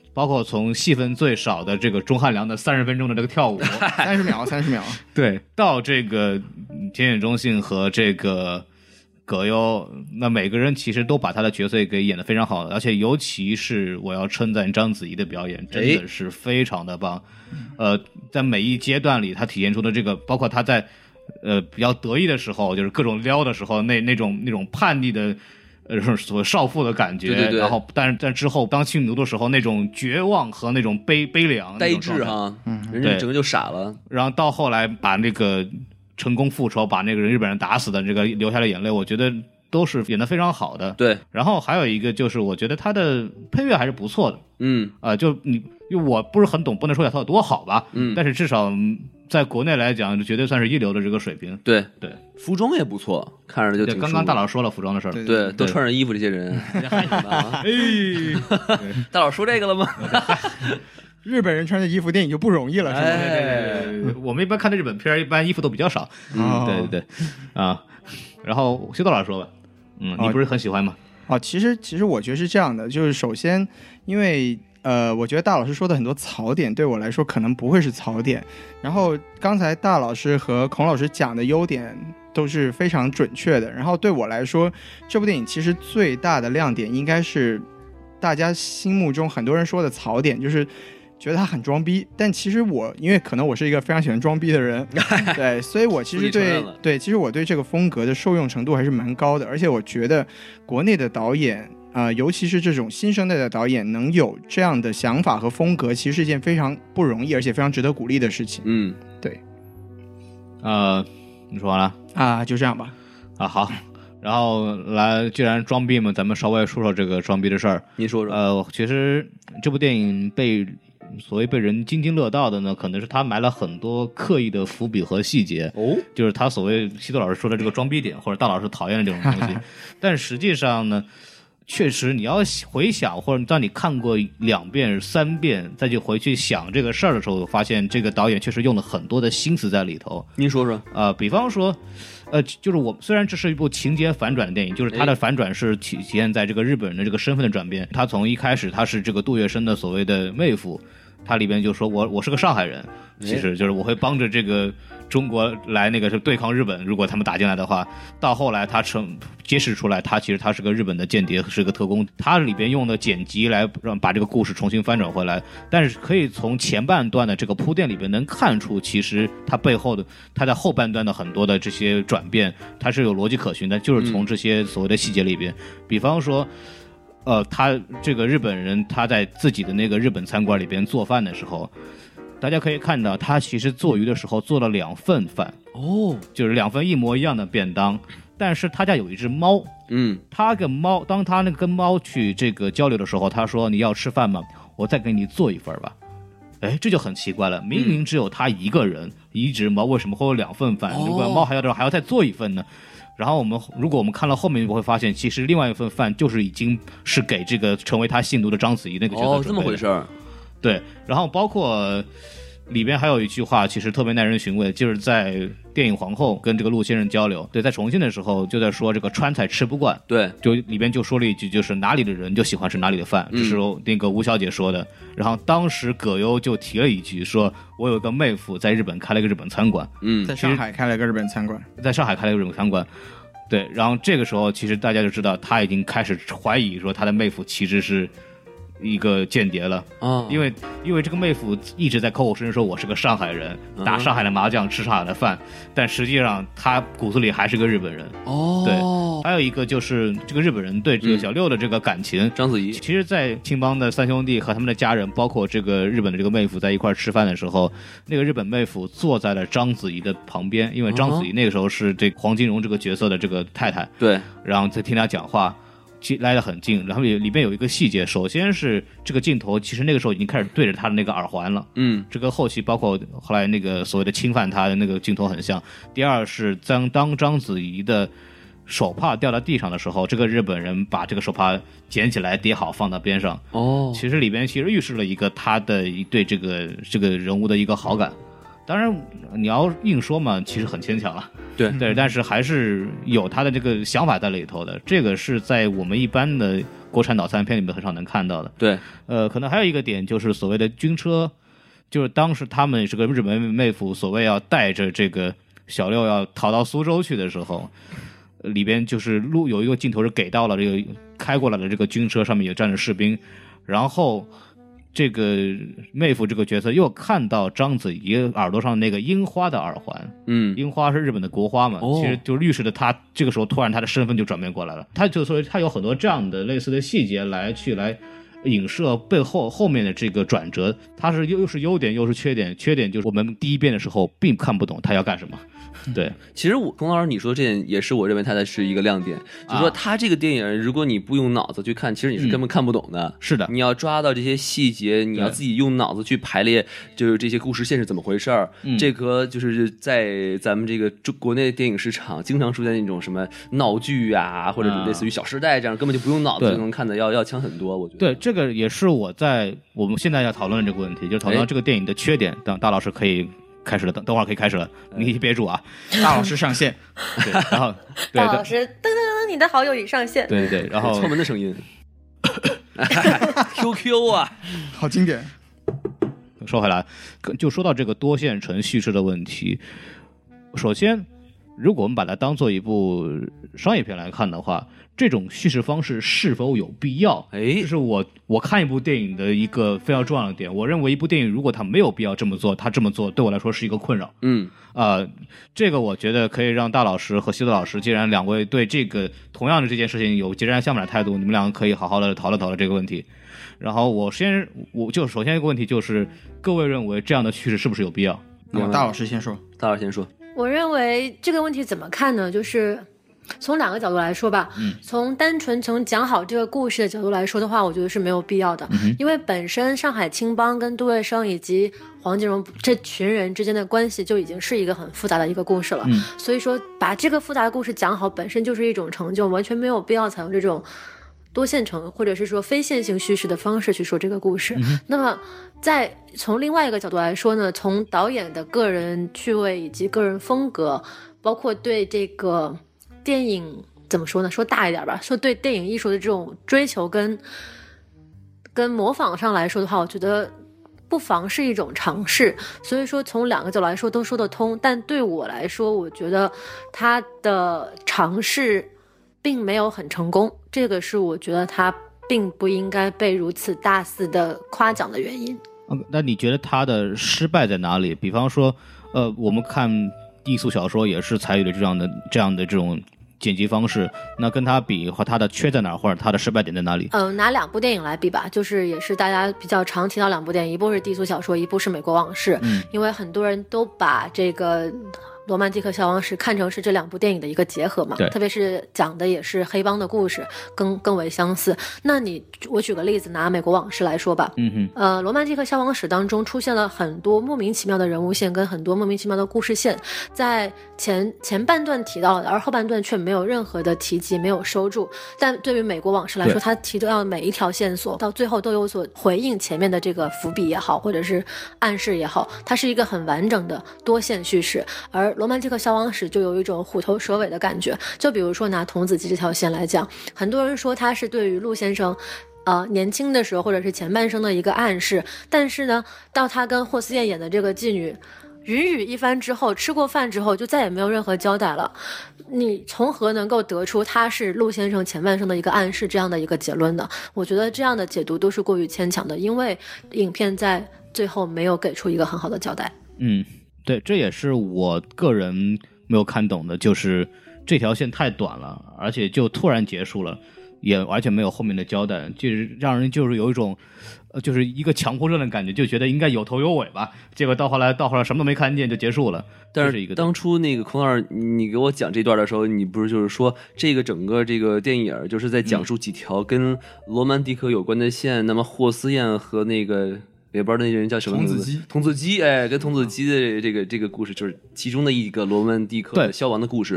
包括从戏份最少的这个钟汉良的三十分钟的这个跳舞， 三十秒，三十秒， 对，到这个田野中信和这个葛优，那每个人其实都把他的角色给演得非常好，而且尤其是我要称赞章子怡的表演，真的是非常的棒。呃，在每一阶段里，他体现出的这个，包括他在呃比较得意的时候，就是各种撩的时候，那那种那种叛逆的。呃，所谓少妇的感觉， 对对对， 然后，但是但之后当性奴的时候，那种绝望和那种悲悲凉、 呆滞哈，嗯，人家整个就傻了。 然后到后来把那个成功复仇，把那个日本人打死的这个流下的眼泪，我觉得都是演得非常好的。 对， 然后还有一个就是，我觉得他的配乐还是不错的。 嗯， 啊、呃，就你，因为我不是很懂，不能说它有多好吧。 嗯， 但是至少在国内来讲，绝对算是一流的这个水平。 对对， 服装也不错，看着就挺。 刚刚大佬说了服装的事儿， 对对，对都穿上衣服这些人，哎，大佬说这个了吗？ 日本人穿的衣服，电影就不容易了，是吧？ 哎， 我们一般看的日本片，一般衣服都比较少。 嗯， 对对对，啊，然后修道老师说吧，嗯，你不是很喜欢吗？ 哦，其实其实我觉得是这样的，就是首先，因为呃，我觉得大老师说的很多槽点对我来说可能不会是槽点，然后刚才大老师和孔老师讲的优点都是非常准确的，然后对我来说，这部电影其实最大的亮点应该是大家心目中很多人说的槽点，就是觉得他很装逼，但其实我因为可能我是一个非常喜欢装逼的人，对，所以我其实对对，其实我对这个风格的受用程度还是蛮高的，而且我觉得国内的导演啊、呃，尤其是这种新生代的导演能有这样的想法和风格，其实是一件非常不容易，而且非常值得鼓励的事情。 嗯， 对。 呃，你说完了啊？就这样吧。 啊，好。然后来，既然装逼嘛，咱们稍微说说这个装逼的事儿。 你说说。 呃，其实这部电影被所谓被人津津乐道的呢，可能是他埋了很多刻意的伏笔和细节。 哦， 就是他所谓西多老师说的这个装逼点，或者大老师讨厌的这种东西。但实际上呢，确实你要回想，或者当你看过两遍、三遍，再去回去想这个事儿的时候，发现这个导演确实用了很多的心思在里头。 您说说。 啊、呃，比方说。呃，就是我虽然这是一部情节反转的电影，就是它的反转是体现在这个日本人的这个身份的转变。他从一开始他是这个杜月笙的所谓的妹夫，他里边就说我我是个上海人，其实就是我会帮着这个中国来那个是对抗日本，如果他们打进来的话。到后来他成揭示出来，他其实他是个日本的间谍，是个特工。他里边用的剪辑来让把这个故事重新翻转回来，但是可以从前半段的这个铺垫里边能看出，其实他背后的他在后半段的很多的这些转变，它是有逻辑可循的，就是从这些所谓的细节里边，嗯、比方说。呃，他这个日本人他在自己的那个日本餐馆里边做饭的时候，大家可以看到他其实做鱼的时候做了两份饭哦， 就是两份一模一样的便当，但是他家有一只猫， 嗯， 他跟猫，当他那个跟猫去这个交流的时候，他说你要吃饭吗？我再给你做一份吧。哎，这就很奇怪了，明明只有他一个人，嗯、一只猫为什么会有两份饭？如果猫还要的话，还要再做一份呢？然后我们如果我们看到后面，我会发现，其实另外一份饭就是已经是给这个成为他信徒的章子怡那个角色准备的。哦， 这么回事儿。 对，然后包括里边还有一句话，其实特别耐人寻味，就是在电影皇后跟这个陆先生交流，对，在重庆的时候就在说这个川菜吃不惯， 对， 就里边就说了一句，就是哪里的人就喜欢吃哪里的饭，这是那个吴小姐说的。然后当时葛优就提了一句，说我有一个妹夫在日本开了一个日本餐馆， 嗯， 在上海开了一个日本餐馆， 在上海开了一个日本餐馆。对，然后这个时候其实大家就知道他已经开始怀疑说他的妹夫其实是一个间谍了啊、哦，因为因为这个妹夫一直在口口声声说我是个上海人，打上海的麻将，吃上海的饭，但实际上他骨子里还是个日本人。 哦， 对，还有一个就是这个日本人对这个小六的这个感情， 嗯、章子怡， 其实，在青帮的三兄弟和他们的家人，包括这个日本的这个妹夫在一块吃饭的时候，那个日本妹夫坐在了章子怡的旁边，因为章子怡那个时候是这黄金荣这个角色的这个太太， 对， 然后在听他讲话。来得很近，然后里边有一个细节，首先是这个镜头其实那个时候已经开始对着他的那个耳环了， 嗯， 这个后期包括后来那个所谓的侵犯他的那个镜头很像。第二是当当章子怡的手帕掉到地上的时候，这个日本人把这个手帕捡起来叠好放到边上，哦，其实里边其实预示了一个他的对这个这个人物的一个好感。 当然你要硬说嘛，其实很牵强了。 对对，但是还是有他的这个想法在里头的，这个是在我们一般的国产脑残片里面很少能看到的。 对， 呃，可能还有一个点就是所谓的军车，就是当时他们是个日本妹夫，所谓要带着这个小六要逃到苏州去的时候，里边就是录有一个镜头是给到了这个开过来的这个军车上面有站着士兵，然后这个妹夫这个角色又看到章子怡耳朵上那个樱花的耳环， 嗯， 樱花是日本的国花嘛， 哦、 其实就预示着他这个时候突然他的身份就转变过来了，他就说他有很多这样的类似的细节来去来影射背后后面的这个转折，它是又是优点又是缺点，缺点就是我们第一遍的时候并看不懂他要干什么。对， 其实我龚老师你说这点也是我认为它的是一个亮点，就是说他这个电影如果你不用脑子去看，其实你是根本看不懂的。 嗯、是的， 你要抓到这些细节，你要自己用脑子去排列，就是这些故事线是怎么回事儿。嗯、这个就是在咱们这个国内电影市场经常出现那种什么闹剧啊，或者类似于《小时代》这样，根本就不用脑子就能看的要要强很多。我觉得对，这个也是我在我们现在要讨论的这个问题，就是讨论这个电影的缺点。等大老师可以。开始了，等等会儿可以开始了，你憋住啊！ 大老师上线， 对，然后对大老师噔噔噔，你的好友已上线， 对对，然后敲门的声音，Q Q 啊， 好经典。 说回来，就说到这个多线程叙事的问题，首先，如果我们把它当做一部商业片来看的话，这种叙事方式是否有必要？ 哎， 这是我我看一部电影的一个非常重要的点。我认为一部电影如果它没有必要这么做，它这么做对我来说是一个困扰。 嗯， 啊、呃，这个我觉得可以让大老师和西多老师，既然两位对这个同样的这件事情有截然相反的态度，你们两个可以好好的讨论讨论这个问题。然后我先，我就首先一个问题就是，各位认为这样的叙事是不是有必要？ 那么大老师先说， 大老师先说。 我认为这个问题怎么看呢？就是从两个角度来说吧，嗯，从单纯从讲好这个故事的角度来说的话，我觉得是没有必要的，嗯、因为本身上海青帮跟杜月笙以及黄锦荣这群人之间的关系就已经是一个很复杂的一个故事了，嗯、所以说把这个复杂的故事讲好本身就是一种成就，完全没有必要采用这种多线程或者是说非线性叙事的方式去说这个故事。嗯、那么在从另外一个角度来说呢，从导演的个人趣味以及个人风格，包括对这个电影怎么说呢？说大一点吧，说对电影艺术的这种追求跟跟模仿上来说的话，我觉得不妨是一种尝试。所以说从两个角度来说都说得通，但对我来说，我觉得他的尝试并没有很成功，这个是我觉得他并不应该被如此大肆的夸奖的原因。 那你觉得他的失败在哪里？比方说，呃，我们看低俗小说也是采取了这样的这样的这种剪辑方式，那跟他比和他的缺在哪儿，或者他的失败点在哪里？ 嗯、呃，拿两部电影来比吧，就是也是大家比较常提到两部电影，一部是低俗小说，一部是美国往事。嗯，因为很多人都把这个罗曼蒂克消亡史看成是这两部电影的一个结合嘛，特别是讲的也是黑帮的故事，更更为相似。那你我举个例子，拿美国往事来说吧，嗯哼，呃，罗曼蒂克消亡史当中出现了很多莫名其妙的人物线跟很多莫名其妙的故事线，在前前半段提到的，而后半段却没有任何的提及，没有收住。但对于美国往事来说，他提到的每一条线索到最后都有所回应前面的这个伏笔也好，或者是暗示也好，它是一个很完整的多线叙事。而罗曼蒂克消亡史就有一种虎头蛇尾的感觉，就比如说拿童子鸡这条线来讲，很多人说他是对于陆先生呃，年轻的时候或者是前半生的一个暗示，但是呢到他跟霍思燕演的这个妓女云雨一番之后，吃过饭之后就再也没有任何交代了，你从何能够得出他是陆先生前半生的一个暗示这样的一个结论呢？我觉得这样的解读都是过于牵强的，因为影片在最后没有给出一个很好的交代。 嗯，对，这也是我个人没有看懂的，就是这条线太短了，而且就突然结束了，也完全没有后面的交代，就是让人就是有一种呃，就是一个强迫症的感觉，就觉得应该有头有尾吧，结果到后来到后来什么都没看见就结束了。 但是当初那个孔二，你给我讲这段的时候，你不是就是说这个整个这个电影就是在讲述几条跟罗曼蒂克有关的线，嗯、那么霍思燕和那个也不知道那人叫什么名字，童子鸡，童子鸡，哎，跟童子鸡的这个这个故事就是其中的一个罗曼蒂克消亡的故事。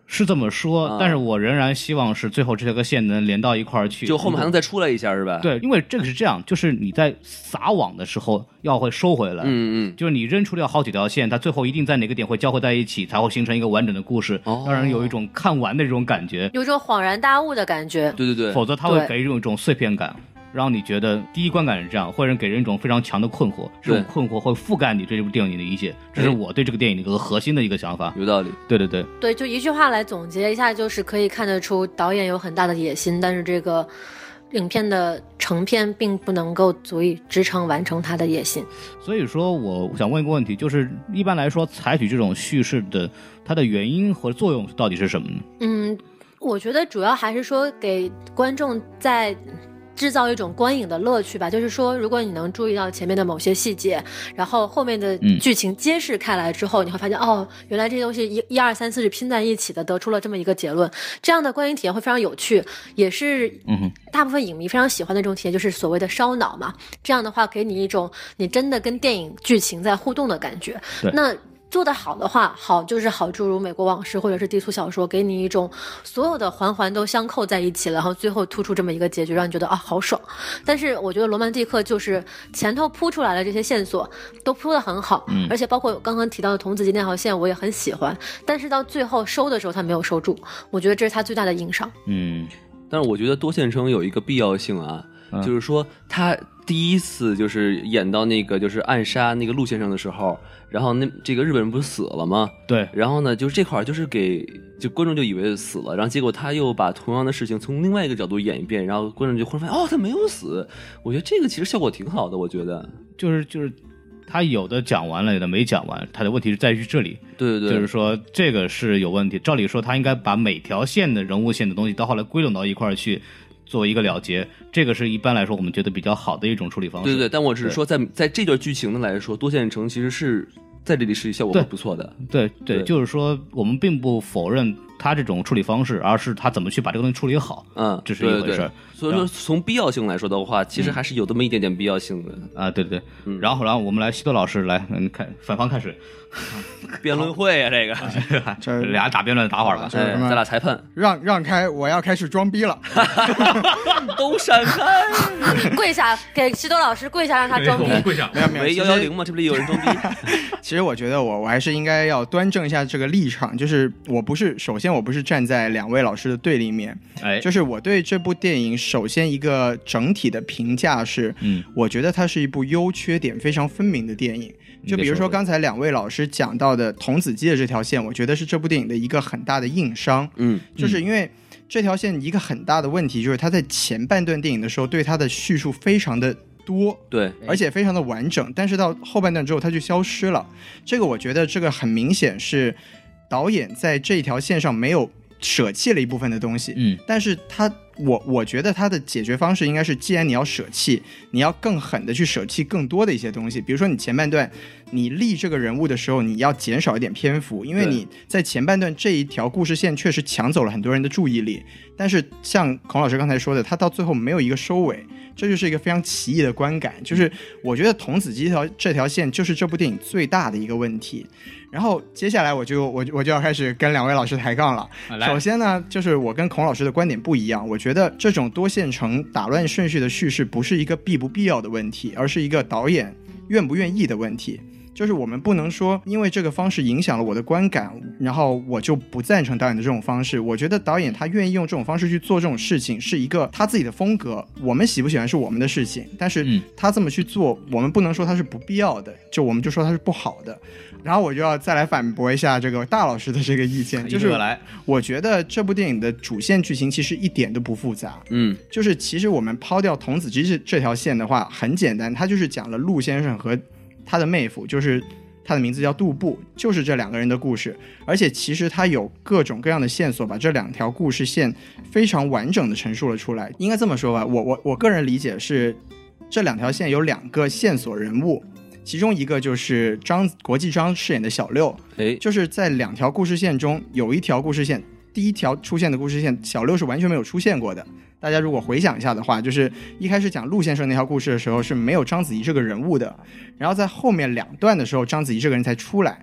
是这么说、 啊、 但是我仍然希望是最后这条个线能连到一块儿去， 就后面还能再出来一下是吧？ 对，因为这个是这样，就是你在撒网的时候要会收回来， 嗯嗯， 就是你扔出了好几条线，它最后一定在哪个点会交汇在一起，才会形成一个完整的故事， 哦、 让人有一种看完的这种感觉， 有一种恍然大悟的感觉。 对对对， 否则它会给人一种碎片感。让你觉得第一观感是这样，会让给人一种非常强的困惑，这种困惑会覆盖你对这部电影的理解，这是我对这个电影的一个核心的一个想法。 有道理， 对对对对，就一句话来总结一下，就是可以看得出导演有很大的野心，但是这个影片的成片并不能够足以支撑完成他的野心。 所以说我想问一个问题，就是一般来说采取这种叙事的它的原因和作用到底是什么呢？ 嗯，我觉得主要还是说给观众在制造一种观影的乐趣吧，就是说如果你能注意到前面的某些细节，然后后面的剧情揭示开来之后、嗯、你会发现哦，原来这些东西一一二三四是拼在一起的，得出了这么一个结论，这样的观影体验会非常有趣，也是大部分影迷非常喜欢的这种体验，就是所谓的烧脑嘛，这样的话给你一种你真的跟电影剧情在互动的感觉。那做得好的话，好就是好诸如美国往事或者是低俗小说，给你一种所有的环环都相扣在一起了，然后最后突出这么一个结局，让你觉得啊好爽。但是我觉得罗曼蒂克就是前头铺出来的这些线索都铺得很好、嗯、而且包括刚刚提到的童子鸡那条线我也很喜欢，但是到最后收的时候他没有收住，我觉得这是他最大的硬伤。 嗯，但是我觉得多线程有一个必要性啊、嗯、就是说他第一次就是演到那个就是暗杀那个陆先生的时候，然后那这个日本人不是死了吗？ 对， 然后呢就是这块就是给就观众就以为死了，然后结果他又把同样的事情从另外一个角度演一遍，然后观众就忽然发现哦他没有死，我觉得这个其实效果挺好的，我觉得就是就是他有的讲完了，有的没讲完，他的问题是在于这里。 对对对， 就是说这个是有问题，照理说他应该把每条线的人物线的东西到后来归拢到一块儿去作为一个了结，这个是一般来说我们觉得比较好的一种处理方式。 对对，但我只是说在在这段剧情的来说，多线程其实是在这里是效果不错的。 对 对, 对，就是说我们并不否认他这种处理方式，而是他怎么去把这个东西处理好， 嗯， 这是一回事。 对对对，所以说从必要性来说的话，其实还是有这么一点点必要性的、 嗯、啊。对对对、嗯，然后然后我们来西多老师来，嗯，看反方开始。 辩论会啊，这个这俩打辩论打会儿吧， 哎，咱俩裁判， 让让开，我要开始装逼了， 都闪开， 跪下给西多老师跪下，让他装逼， 跪下， 没有没有， 喂幺幺零吗？这不里有人装逼？ 其实我觉得我我还是应该要端正一下这个立场，就是我不是首先我不是站在两位老师的对立面， 哎， 就是我对这部电影首先一个整体的评价是， 嗯， 我觉得它是一部优缺点非常分明的电影。就比如说刚才两位老师讲到的童子鸡的这条线，我觉得是这部电影的一个很大的硬伤。 嗯， 就是因为这条线一个很大的问题就是它在前半段电影的时候对它的叙述非常的多， 对， 而且非常的完整，但是到后半段之后它就消失了。这个我觉得这个很明显是导演在这条线上没有舍弃了一部分的东西， 嗯， 但是他我我觉得他的解决方式应该是，既然你要舍弃，你要更狠的去舍弃更多的一些东西。比如说你前半段你立这个人物的时候，你要减少一点篇幅，因为你在前半段这一条故事线确实抢走了很多人的注意力，但是像孔老师刚才说的，他到最后没有一个收尾，这就是一个非常奇异的观感。就是我觉得童子鸡这条这条线就是这部电影最大的一个问题。然后接下来我就我我就要开始跟两位老师抬杠了。首先呢，就是我跟孔老师的观点不一样，我觉得这种多线程打乱顺序的叙事不是一个必不必要的问题，而是一个导演愿不愿意的问题。就是我们不能说因为这个方式影响了我的观感，然后我就不赞成导演的这种方式。我觉得导演他愿意用这种方式去做这种事情是一个他自己的风格，我们喜不喜欢是我们的事情，但是他这么去做我们不能说他是不必要的，就我们就说他是不好的。然后我就要再来反驳一下这个大老师的这个意见，就是我觉得这部电影的主线剧情其实一点都不复杂， 嗯， 就是其实我们抛掉童子鸡这这条线的话很简单，他就是讲了陆先生和他的妹夫，就是他的名字叫杜布，就是这两个人的故事，而且其实他有各种各样的线索把这两条故事线非常完整的陈述了出来。应该这么说吧，我我我个人理解是这两条线有两个线索人物，其中一个就是张国际章饰演的小六， 哎， 就是在两条故事线中有一条故事线，第一条出现的故事线小六是完全没有出现过的。大家如果回想一下的话，就是一开始讲陆先生那条故事的时候是没有章子怡这个人物的，然后在后面两段的时候章子怡这个人才出来。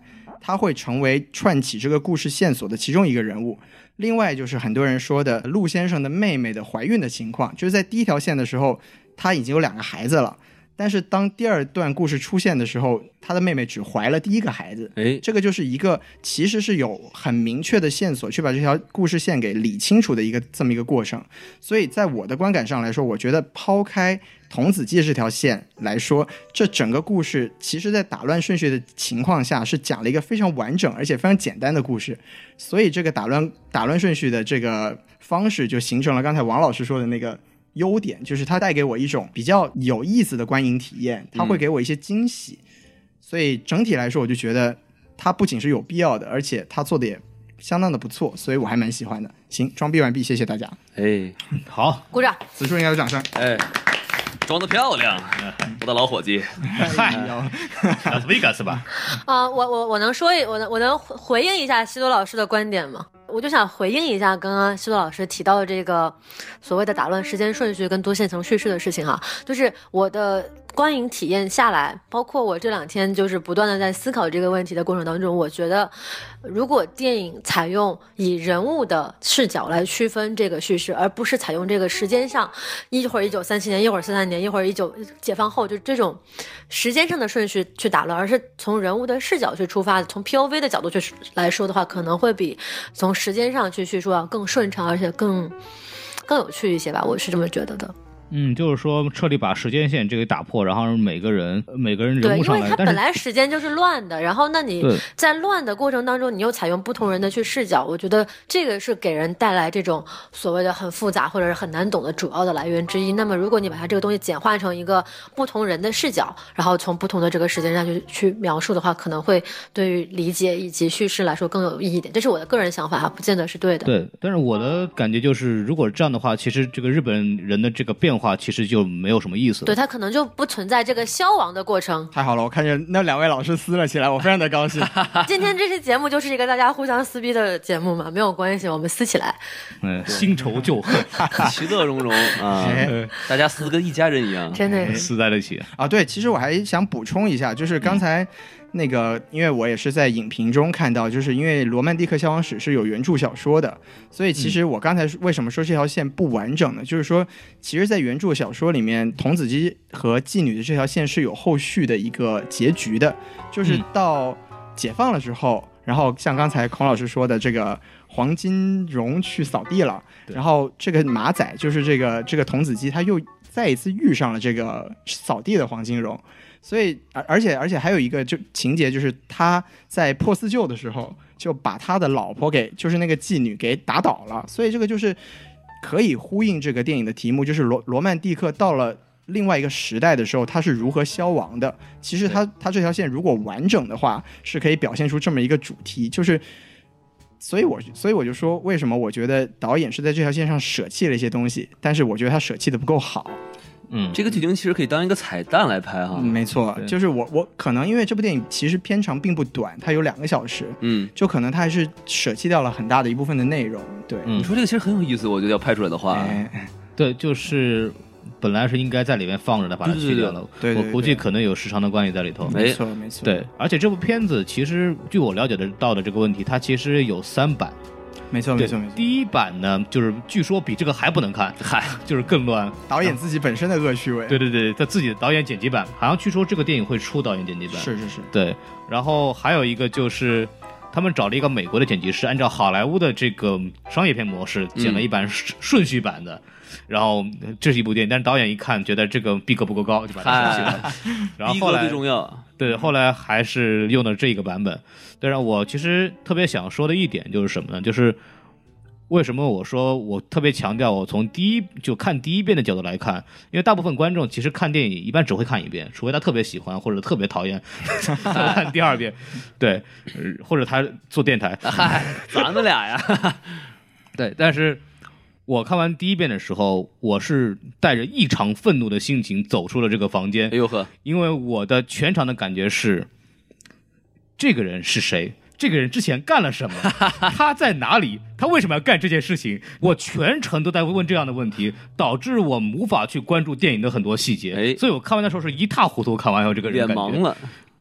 他会成为串起这个故事线索的其中一个人物。另外就是很多人说的陆先生的妹妹的怀孕的情况，就是在第一条线的时候他已经有两个孩子了，但是当第二段故事出现的时候，他的妹妹只怀了第一个孩子。 哎， 这个就是一个其实是有很明确的线索去把这条故事线给理清楚的一个这么一个过程。所以在我的观感上来说，我觉得抛开童子记这条线来说，这整个故事其实在打乱顺序的情况下是讲了一个非常完整而且非常简单的故事。所以这个打乱打乱顺序的这个方式就形成了刚才王老师说的那个优点，就是它带给我一种比较有意思的观影体验，它会给我一些惊喜、嗯、所以整体来说我就觉得它不仅是有必要的，而且它做的也相当的不错，所以我还蛮喜欢的。行，装逼完毕，谢谢大家。 哎， 好， 鼓掌。 此处应该有掌声。 哎，装得漂亮，我的老伙计。 嗨，拉斯维加斯吧。 啊、呃，我我我能说一，我能我能回应一下西多老师的观点吗？我就想回应一下刚刚西多老师提到的这个所谓的打乱时间顺序跟多线程叙事的事情哈，就是我的观影体验下来，包括我这两天就是不断的在思考这个问题的过程当中，我觉得如果电影采用以人物的视角来区分这个叙事，而不是采用这个时间上一会儿一九三七年一会儿四三年一会儿一九解放后就这种时间上的顺序去打乱，而是从人物的视角去出发，从 P O V 的角度去来说的话，可能会比从时间上去叙述要更顺畅，而且更更有趣一些吧，我是这么觉得的。 嗯，就是说彻底把时间线这个打破，然后让每个人每个人人物上来。 对，因为它本来时间就是乱的，然后那你在乱的过程当中，你又采用不同人的去视角，我觉得这个是给人带来这种所谓的很复杂或者是很难懂的主要的来源之一。那么如果你把它这个东西简化成一个不同人的视角，然后从不同的这个时间上去去描述的话，可能会对于理解以及叙事来说更有意义一点。这是我的个人想法哈，不见得是对的。 对，但是我的感觉就是，如果这样的话，其实这个日本人的这个变化其实就没有什么意思。 对，他可能就不存在这个消亡的过程。 太好了，我看见那两位老师撕了起来，我非常的高兴。 今天这期节目就是一个大家互相撕逼的节目嘛，没有关系，我们撕起来。 嗯，新仇旧恨， 其乐融融啊，大家撕跟一家人一样， 真的撕在了一起啊。对，其实我还想补充一下，就是刚才。那个，因为我也是在影评中看到，就是因为《罗曼蒂克消亡史》是有原著小说的，所以其实我刚才为什么说这条线不完整呢？就是说，其实，在原著小说里面，童子鸡和妓女的这条线是有后续的一个结局的，就是到解放了之后，然后像刚才孔老师说的，这个黄金荣去扫地了，然后这个马仔就是这个这个童子鸡，他又再一次遇上了这个扫地的黄金荣。所以，而而且而且还有一个就情节，就是他在破四旧的时候，就把他的老婆给，就是那个妓女给打倒了。所以这个就是可以呼应这个电影的题目，就是罗罗曼蒂克到了另外一个时代的时候，他是如何消亡的。其实他他这条线如果完整的话，是可以表现出这么一个主题，就是。所以我所以我就说，为什么我觉得导演是在这条线上舍弃了一些东西，但是我觉得他舍弃的不够好。 嗯，这个剧情其实可以当一个彩蛋来拍哈。 嗯、没错，就是我我可能因为这部电影其实片长并不短，它有两个小时， 嗯， 就可能它还是舍弃掉了很大的一部分的内容。对， 嗯、你说这个其实很有意思，我觉得要拍出来的话， 哎、 对，就是本来是应该在里面放着的，把它去掉了。 对， 我估计可能有时长的关系在里头。 没错，没错。 对，而且这部片子其实据我了解的到的这个问题，它其实有三版。 没错没错没错， 第一版呢，就是据说比这个还不能看，嗨，就是更乱。 导演自己本身的恶趣味。 对对对，他自己的导演剪辑版，好像据说这个电影会出导演剪辑版。 是是是。 对，然后还有一个就是，他们找了一个美国的剪辑师，按照好莱坞的这个商业片模式剪了一版顺序版的。嗯，然后这是一部电影，但是导演一看觉得这个逼格不够高，就把它舍弃了。然后后来逼格最重要， 对，后来还是用的这个版本。当然，我其实特别想说的一点就是什么呢？就是为什么我说我特别强调我从第一就看第一遍的角度来看，因为大部分观众其实看电影一般只会看一遍，除非他特别喜欢或者特别讨厌才看第二遍。对，或者他做电台。 嗨，咱们俩呀。 对，但是。我看完第一遍的时候，我是带着异常愤怒的心情走出了这个房间。 哎呦呵， 因为我的全场的感觉是，这个人是谁？这个人之前干了什么？他在哪里？他为什么要干这件事情？我全程都在问这样的问题，导致我无法去关注电影的很多细节。 哎， 所以我看完的时候是一塌糊涂，看完以后这个人脸盲了。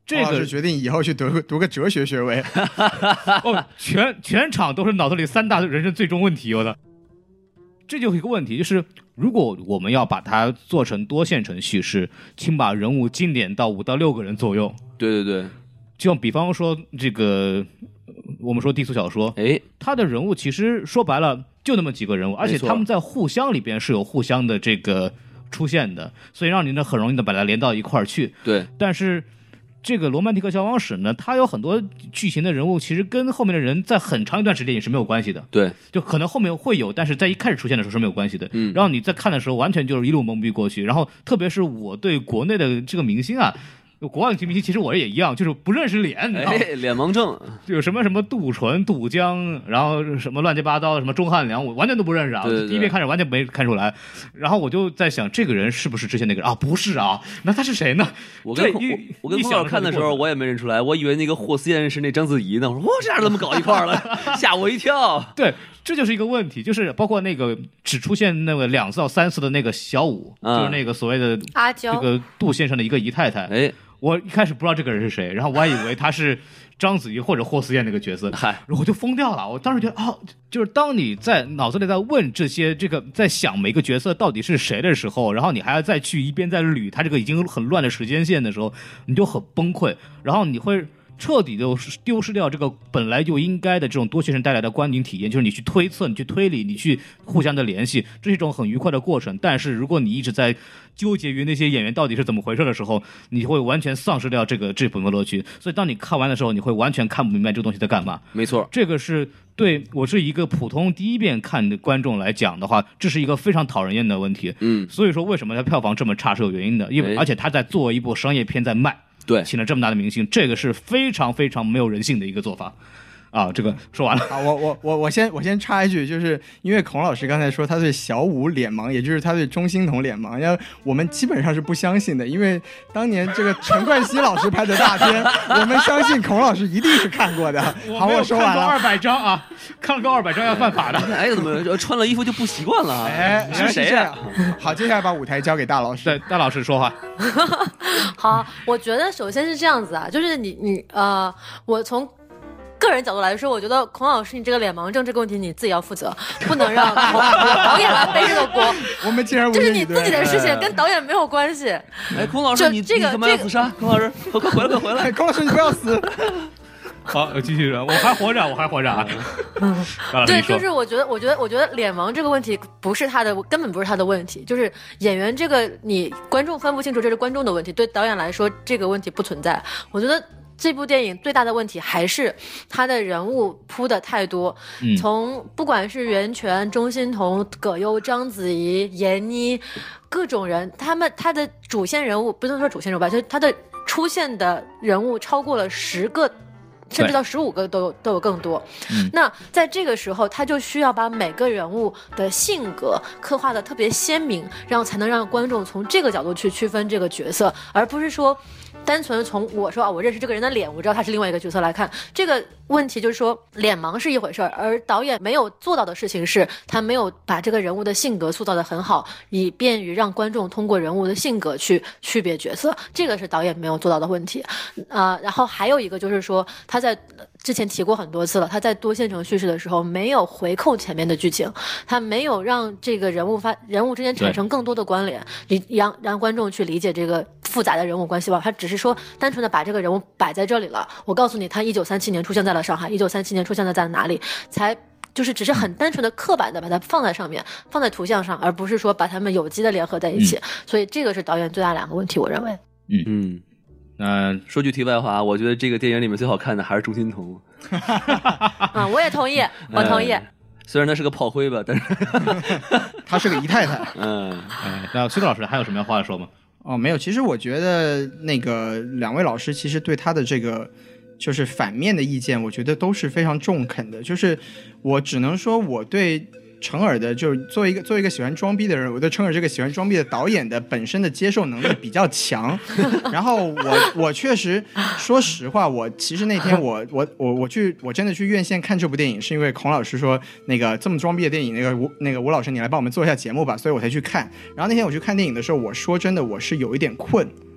这个是决定以后去读个读个哲学学位。 哦，全全场都是脑子里三大人生最终问题，我操！这就是一个问题，就是如果我们要把它做成多线程叙事，请把人物精简到五到六个人左右。 对对对， 就像比方说这个，我们说低俗小说， 哎， 他的人物其实说白了就那么几个人物，而且他们在互相里边是有互相的这个出现的，所以让你呢很容易的把它连到一块儿去。 对， 但是这个罗曼蒂克消亡史呢，它有很多剧情的人物其实跟后面的人在很长一段时间也是没有关系的。 对， 就可能后面会有，但是在一开始出现的时候是没有关系的。 嗯， 然后你在看的时候完全就是一路懵逼过去。然后特别是我对国内的这个明星啊，国外的明星其实我也一样，就是不认识脸，你知道吗？ 哎，脸盲症， 就有什么什么杜淳、杜江，然后什么乱七八糟，什么钟汉良，我完全都不认识啊。 对对对， 第一遍看着完全没看出来。然后我就在想，这个人是不是之前那个人啊？不是啊，那他是谁呢？ 我跟我我跟孔老师看的时候，我也没认出来，我以为那个霍思燕是那章子怡呢。我说，哇，这俩怎么搞一块了？吓我一跳。 对，这就是一个问题，就是包括那个只出现那个两次到三次的那个小五， 嗯、 就是那个所谓的阿娇， 这个杜先生的一个姨太太。 哎。 我一开始不知道这个人是谁，然后我还以为他是章子怡或者霍思燕那个角色， 嗨， 然后我就疯掉了。我当时觉得，哦，就是当你在脑子里在问这些，这个在想每个角色到底是谁的时候，然后你还要再去一边在捋他这个已经很乱的时间线的时候，你就很崩溃，然后你会彻底就丢失掉这个本来就应该的这种多线程带来的观景体验，就是你去推测、你去推理、你去互相的联系，这是一种很愉快的过程。但是如果你一直在纠结于那些演员到底是怎么回事的时候，你会完全丧失掉这个这部分乐趣。所以当你看完的时候，你会完全看不明白这个东西在干嘛。 没错， 这个是对我是一个普通第一遍看的观众来讲的话，这是一个非常讨人厌的问题。 嗯， 所以说为什么它票房这么差是有原因的，因为而且他在做一部商业片在卖。 对， 请了这么大的明星，这个是非常非常没有人性的一个做法。啊，这个说完了。 好，我我我我先我先插一句，就是因为孔老师刚才说他对小五脸盲，也就是他对钟欣桐脸盲，然后我们基本上是不相信的，因为当年这个陈冠希老师拍的大片，我们相信孔老师一定是看过的。好，我说完了。 二百张啊，看了个二百张要犯法的。 哎，怎么穿了衣服就不习惯了？ 哎， 是谁呀、 啊？好，接下来把舞台交给大老师。 对，大老师说话。 好，我觉得首先是这样子啊，就是你你呃，我从个人角度来说，我觉得孔老师你这个脸盲症这个问题你自己要负责，不能让导演来背这个锅。 我们既然这是你自己的事情，跟导演没有关系。 哎，孔老师，你这个你干嘛要自杀？孔老师，快快回来，快回来！ 哎，孔老师，你不要死。 好，继续说，我还活着，我还活着啊！ 对，就是我觉得，我觉得，我觉得脸盲这个问题不是他的，根本不是他的问题，就是演员这个你观众分不清楚，这是观众的问题。对导演来说，这个问题不存在。我觉得这部电影最大的问题还是他的人物铺的太多， 嗯、 从不管是袁泉、钟欣桐、葛优、章子怡、闫妮，各种人，他们他的主线人物不能说主线人物吧，就是他的出现的人物超过了十个。甚至到十五个都有都有更多、 嗯， 那在这个时候，他就需要把每个人物的性格刻画的特别鲜明，然后才能让观众从这个角度去区分这个角色，而不是说单纯从我说啊，我认识这个人的脸，我知道他是另外一个角色来看。这个问题就是说，脸盲是一回事儿，而导演没有做到的事情是，他没有把这个人物的性格塑造得很好，以便于让观众通过人物的性格去区别角色，这个是导演没有做到的问题。啊、呃，然后还有一个就是说，他在之前提过很多次了，他在多线程叙事的时候没有回扣前面的剧情，他没有让这个人物发人物之间产生更多的关联，理让让观众去理解这个复杂的人物关系吧。他只是说单纯的把这个人物摆在这里了，我告诉你，他一九三七年出现在了上海，一九三七年出现在在哪里，才就是只是很单纯的刻板的把它放在上面，放在图像上，而不是说把他们有机的联合在一起、嗯、所以这个是导演最大两个问题，我认为。 嗯嗯。 嗯、呃， 说句题外话，我觉得这个电影里面最好看的还是钟欣桐。 啊，我也同意，我同意。 呃、虽然他是个炮灰吧，但是他是个姨太太。 嗯， 哎，那崔老师还有什么话说吗？ 哦，没有。其实我觉得那个两位老师其实对他的这个就是反面的意见，我觉得都是非常中肯的。就是我只能说，我对陈耳的，就是作为一个作为一个喜欢装逼的人，我对陈耳这个喜欢装逼的导演的本身的接受能力比较强。然后我我确实说实话，我其实那天我我我我去我真的去院线看这部电影，是因为孔老师说那个这么装逼的电影，那个吴那个吴老师你来帮我们做一下节目吧，所以我才去看。然后那天我去看电影的时候，我说真的我是有一点困。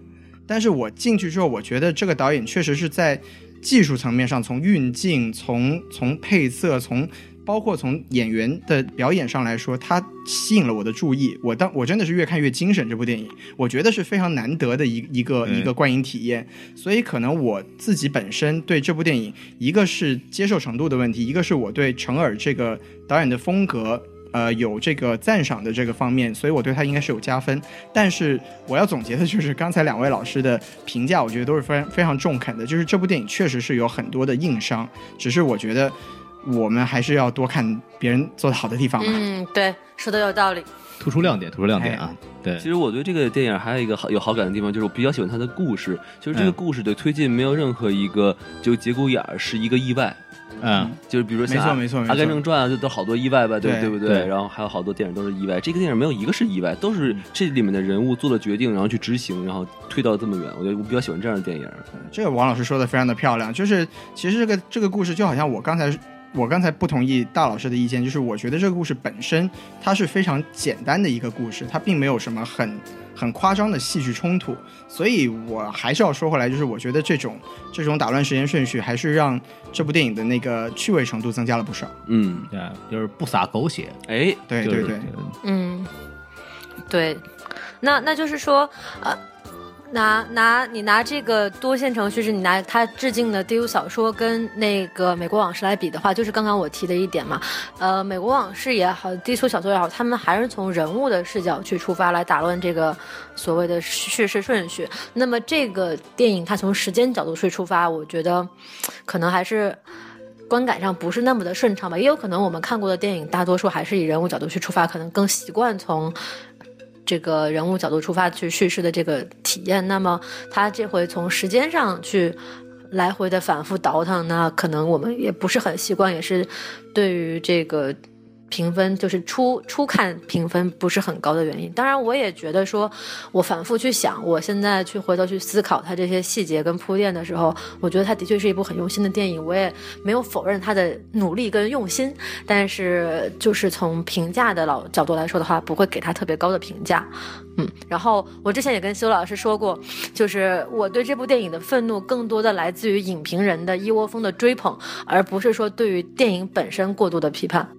但是我进去之后，我觉得这个导演确实是在技术层面上，从运镜、从从配色、从包括从演员的表演上来说，他吸引了我的注意。我当我真的是越看越精神，这部电影我觉得是非常难得的一一个、嗯、一个观影体验。所以可能我自己本身对这部电影，一个是接受程度的问题，一个是我对程耳这个导演的风格呃，有这个赞赏的这个方面，所以我对他应该是有加分。但是我要总结的就是刚才两位老师的评价，我觉得都是非常非常中肯的。就是这部电影确实是有很多的硬伤，只是我觉得我们还是要多看别人做的好的地方吧。 嗯，对，说的有道理。 突出亮点，突出亮点啊！哎、对， 其实我对这个电影还有一个好有好感的地方，就是我比较喜欢它的故事。就是这个故事的推进，没有任何一个就节骨眼儿是一个意外。 嗯， 就是比如说像《阿甘正传》啊，就都好多意外吧，对对不对？ 对， 然后还有好多电影都是意外，这个电影没有一个是意外，都是这里面的人物做了决定，然后去执行，然后推到这么远。我觉得我比较喜欢这样的电影。 这个王老师说的非常的漂亮，就是其实这个这个故事就好像我刚才我刚才不同意大老师的意见，就是我觉得这个故事本身它是非常简单的一个故事，它并没有什么很很夸张的戏剧冲突，所以我还是要说回来，就是我觉得这种这种打乱时间顺序，还是让这部电影的那个趣味程度增加了不少。 嗯， 对，就是不撒狗血。 哎， 对对对， 嗯，对，那那就是说，呃。拿拿你拿这个多线程叙事，你拿它致敬的低俗小说跟那个美国往事来比的话，就是刚刚我提的一点嘛。呃，美国往事也好，低俗小说也好，他们还是从人物的视角去出发来打乱这个所谓的叙事顺序。那么这个电影它从时间角度去出发，我觉得可能还是观感上不是那么的顺畅吧。也有可能我们看过的电影大多数还是以人物角度去出发，可能更习惯从这个人物角度出发去叙事的这个体验，那么他这回从时间上去来回的反复倒腾，那可能我们也不是很习惯，也是对于这个评分就是初初看评分不是很高的原因。当然我也觉得说，我反复去想，我现在去回头去思考它这些细节跟铺垫的时候，我觉得它的确是一部很用心的电影，我也没有否认它的努力跟用心，但是就是从评价的老角度来说的话，不会给它特别高的评价。嗯，然后我之前也跟修老师说过，就是我对这部电影的愤怒更多的来自于影评人的一窝蜂的追捧，而不是说对于电影本身过度的批判。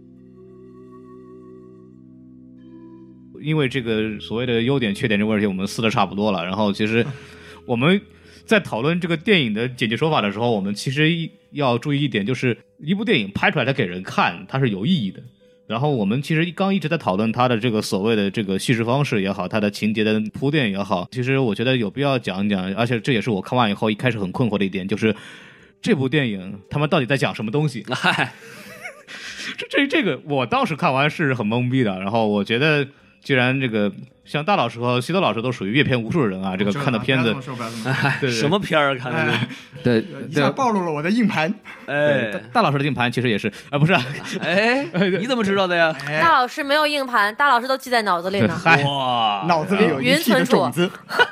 因为这个所谓的优点缺点这个问题我们撕的差不多了，然后其实我们在讨论这个电影的剪辑手法的时候，我们其实要注意一点，就是一部电影拍出来它给人看它是有意义的，然后我们其实刚一直在讨论它的这个所谓的这个叙事方式也好，它的情节的铺垫也好，其实我觉得有必要讲一讲，而且这也是我看完以后一开始很困惑的一点，就是这部电影他们到底在讲什么东西。 嗨这这这个我当时看完是很懵逼的，然后我觉得既然这个像大老师和西多老师都属于阅片无数的人啊，这个看的片子， 对什么片儿看的？ 对， 一下暴露了我的硬盘。 哎， 大老师的硬盘其实也是啊，不是？ 哎，你怎么知道的呀？ 大老师没有硬盘，大老师都记在脑子里呢。 哇， 脑子里有一批的种子。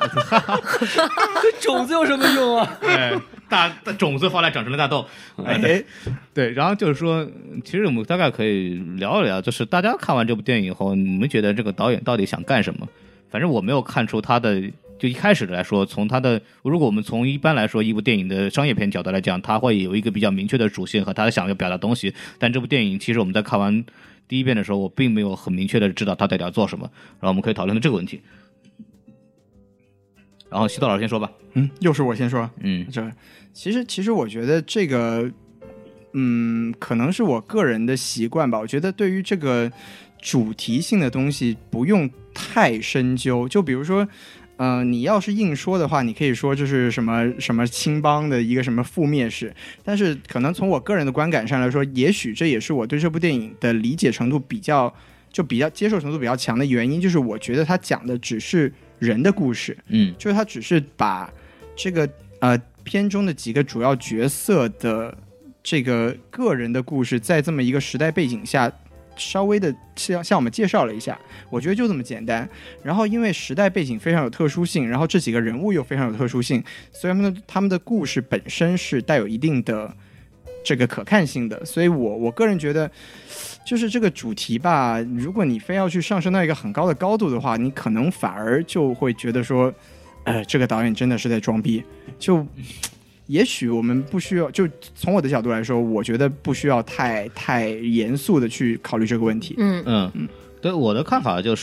种子有什么用啊？ 哎，大种子后来长成了大豆。哎，对，对，然后就是说，其实我们大概可以聊一聊，就是大家看完这部电影以后，你们觉得这个导演到底想干什么？反正我没有看出他的，就一开始来说，从他的，如果我们从一般来说一部电影的商业片角度来讲，他会有一个比较明确的主线和他想要表达的东西。但这部电影其实我们在看完第一遍的时候，我并没有很明确的知道他到底要做什么。然后我们可以讨论这个问题。然后西多老师先说吧。 嗯，又是我先说。 嗯， 这其实其实我觉得这个，嗯，可能是我个人的习惯吧。我觉得对于这个主题性的东西不用太深究，就比如说呃，你要是硬说的话，你可以说这是什么什么青帮的一个什么覆灭史，但是可能从我个人的观感上来说，也许这也是我对这部电影的理解程度比较就比较接受程度比较强的原因，就是我觉得他讲的只是人的故事， 嗯， 就是他只是把这个呃片中的几个主要角色的这个个人的故事，在这么一个时代背景下稍微的向向我们介绍了一下，我觉得就这么简单。然后因为时代背景非常有特殊性，然后这几个人物又非常有特殊性，所以他们的他们的故事本身是带有一定的这个可看性的。所以我我个人觉得就是这个主题吧，如果你非要去上升到一个很高的高度的话，你可能反而就会觉得说呃，这个导演真的是在装逼。就也许我们不需要，就从我的角度来说，我觉得不需要太太严肃的去考虑这个问题。 嗯嗯嗯，对我的看法就是，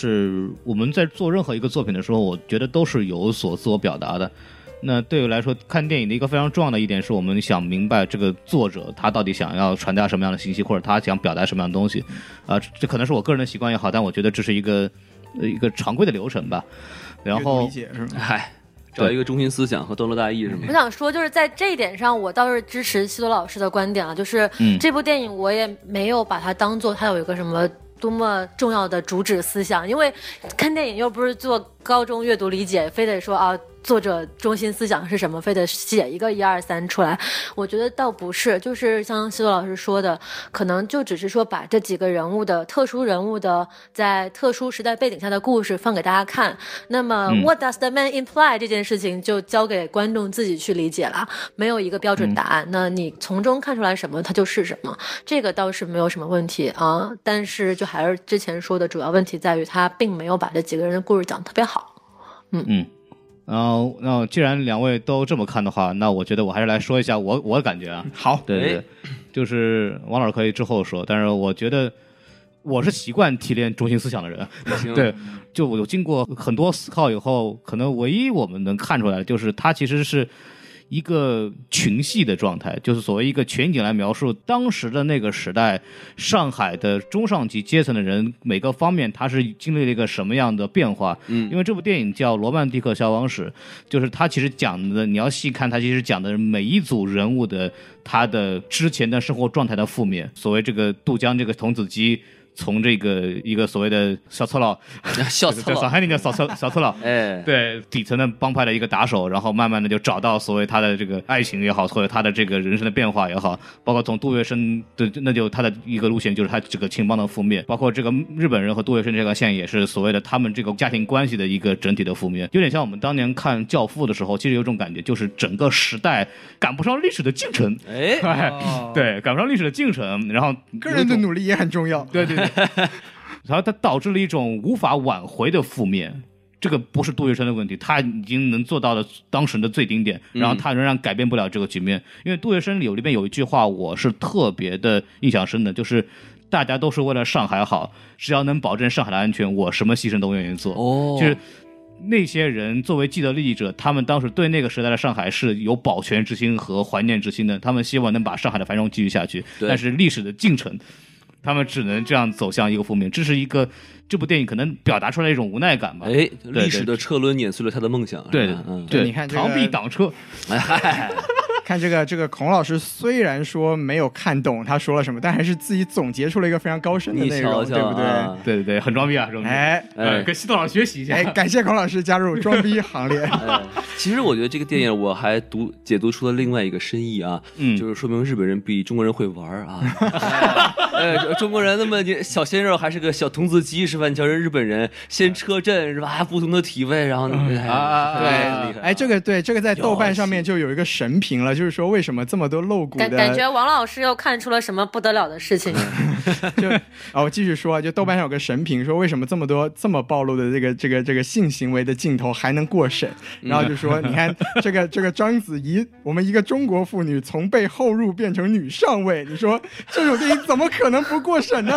我们在做任何一个作品的时候，我觉得都是有所自我表达的。那对我来说，看电影的一个非常重要的一点是我们想明白这个作者他到底想要传达什么样的信息，或者他想表达什么样的东西。啊、呃，这可能是我个人的习惯也好，但我觉得这是一个一个常规的流程吧。然后， 理解是吗？ 嗨。找一个中心思想和段落大意是吗？ 我想说，就是在这一点上，我倒是支持西多老师的观点啊，就是这部电影我也没有把它当做它有一个什么多么重要的主旨思想，因为看电影又不是做高中阅读理解，非得说啊作者中心思想是什么，非得写一个一二三出来。我觉得倒不是，就是像西多老师说的，可能就只是说把这几个人物的特殊人物的在特殊时代背景下的故事放给大家看。那么、嗯、What does the man imply 这件事情就交给观众自己去理解了，没有一个标准答案、嗯、那你从中看出来什么它就是什么，这个倒是没有什么问题啊。但是就还是之前说的主要问题在于他并没有把这几个人的故事讲得特别好。嗯嗯，然后那既然两位都这么看的话，那我觉得我还是来说一下我我的感觉啊。 好， 对对对，就是王老师可以之后说，但是我觉得我是习惯提炼中心思想的人。对，就我经过很多思考以后，可能唯一我们能看出来的就是它其实是一个群戏的状态，就是所谓一个全景来描述当时的那个时代上海的中上级阶层的人每个方面他是经历了一个什么样的变化。嗯，因为这部电影叫《罗曼蒂克消亡史》，就是他其实讲的，你要细看他其实讲的每一组人物的他的之前的生活状态的负面。所谓这个杜江这个童子鸡，从这个一个所谓的小赤佬， 小赤佬， 上海那叫小赤小赤佬， 哎， 对底层的帮派的一个打手，然后慢慢的就找到所谓他的这个爱情也好，或者他的这个人生的变化也好，包括从杜月笙的那就他的一个路线就是他这个青帮的覆灭，包括这个日本人和杜月笙这个线也是所谓的他们这个家庭关系的一个整体的覆灭，有点像我们当年看《教父》的时候，其实有种感觉，就是整个时代赶不上历史的进程， 哎， 哦、对，赶不上历史的进程，然后个人的努力也很重要， 对对对。然后它导致了一种无法挽回的负面，这个不是杜月笙的问题，他已经能做到了当时的最顶点，然后他仍然改变不了这个局面。嗯、因为杜月笙里里边有一句话我是特别的印象深的，就是大家都是为了上海好，只要能保证上海的安全，我什么牺牲都愿意做。哦，就是那些人作为既得利益者，他们当时对那个时代的上海是有保全之心和怀念之心的，他们希望能把上海的繁荣继续下去，但是历史的进程他们只能这样走向一个负面，这是一个这部电影可能表达出来一种无奈感吧。 哎，历史的车轮碾碎了他的梦想。 对对、 嗯、 对， 你看、这个、 螳臂挡车。 哎， 看这个这个孔老师虽然说没有看懂他说了什么，但还是自己总结出了一个非常高深的内容， 瞧瞧对不对？ 啊、 对对对，很装逼啊，装逼。 哎哎，跟西多老师学习一下。 哎，感谢孔老师加入装逼行列。 哎、其实我觉得这个电影我还读解读出了另外一个深意啊，嗯，就是说明日本人比中国人会玩啊。哎，中国人那么小鲜肉还是个小童子鸡是吧？你瞧人日本人先车震是吧？不同的体位，然后、嗯、 啊，对，哎，这个对这个在豆瓣上面就有一个神评了，就是说为什么这么多露骨的感感觉王老师又看出了什么不得了的事情。 就啊，我继续说，就豆瓣上有个神评说为什么这么多这么暴露的这个这个这个性行为的镜头还能过审，然后就说你看这个这个章子怡，我们一个中国妇女从被后入变成女上位，你说这种电影怎么可能不过审呢？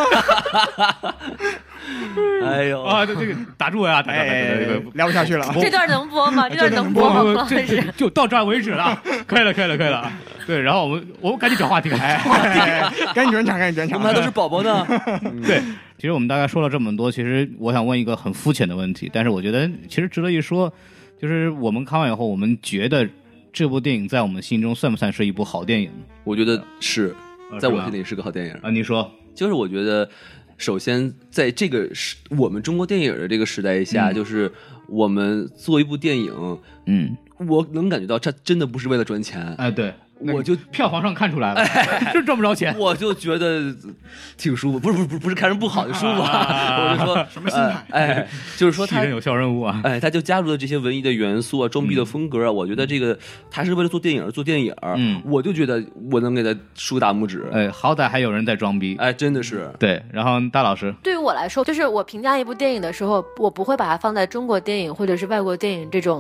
哎呦啊，这个打住呀，打住， 这个聊不下去了。 这段能播吗？这段能播吗？ 这就到这儿为止了，可以了，可以了，可以了。对，然后我们我们赶紧转话题， 哎，赶紧转场，赶紧转场。 我们还都是宝宝呢。 对，其实我们大概说了这么多，其实我想问一个很肤浅的问题，但是我觉得其实值得一说，就是我们看完以后，我们觉得这部电影在我们心中算不算是一部好电影？ 我觉得是，在我心里是个好电影啊。你说， 就是我觉得。首先，在这个时我们中国电影的这个时代下，嗯、就是我们做一部电影， 嗯， 我能感觉到这真的不是为了赚钱， 哎，对， 我就票房上看出来了，哎、是赚不着钱， 我就觉得挺舒服，不是不是不是不是看人不好就舒服，啊、我就说什么心态？ 呃、哎，就是说他有效任务啊， 哎，他就加入了这些文艺的元素啊，装逼的风格啊，嗯、我觉得这个他是为了做电影而做电影，嗯，我就觉得我能给他竖大拇指， 哎，好歹还有人在装逼， 哎，真的是对。然后大老师， 对于我来说，就是我评价一部电影的时候，我不会把它放在中国电影或者是外国电影这种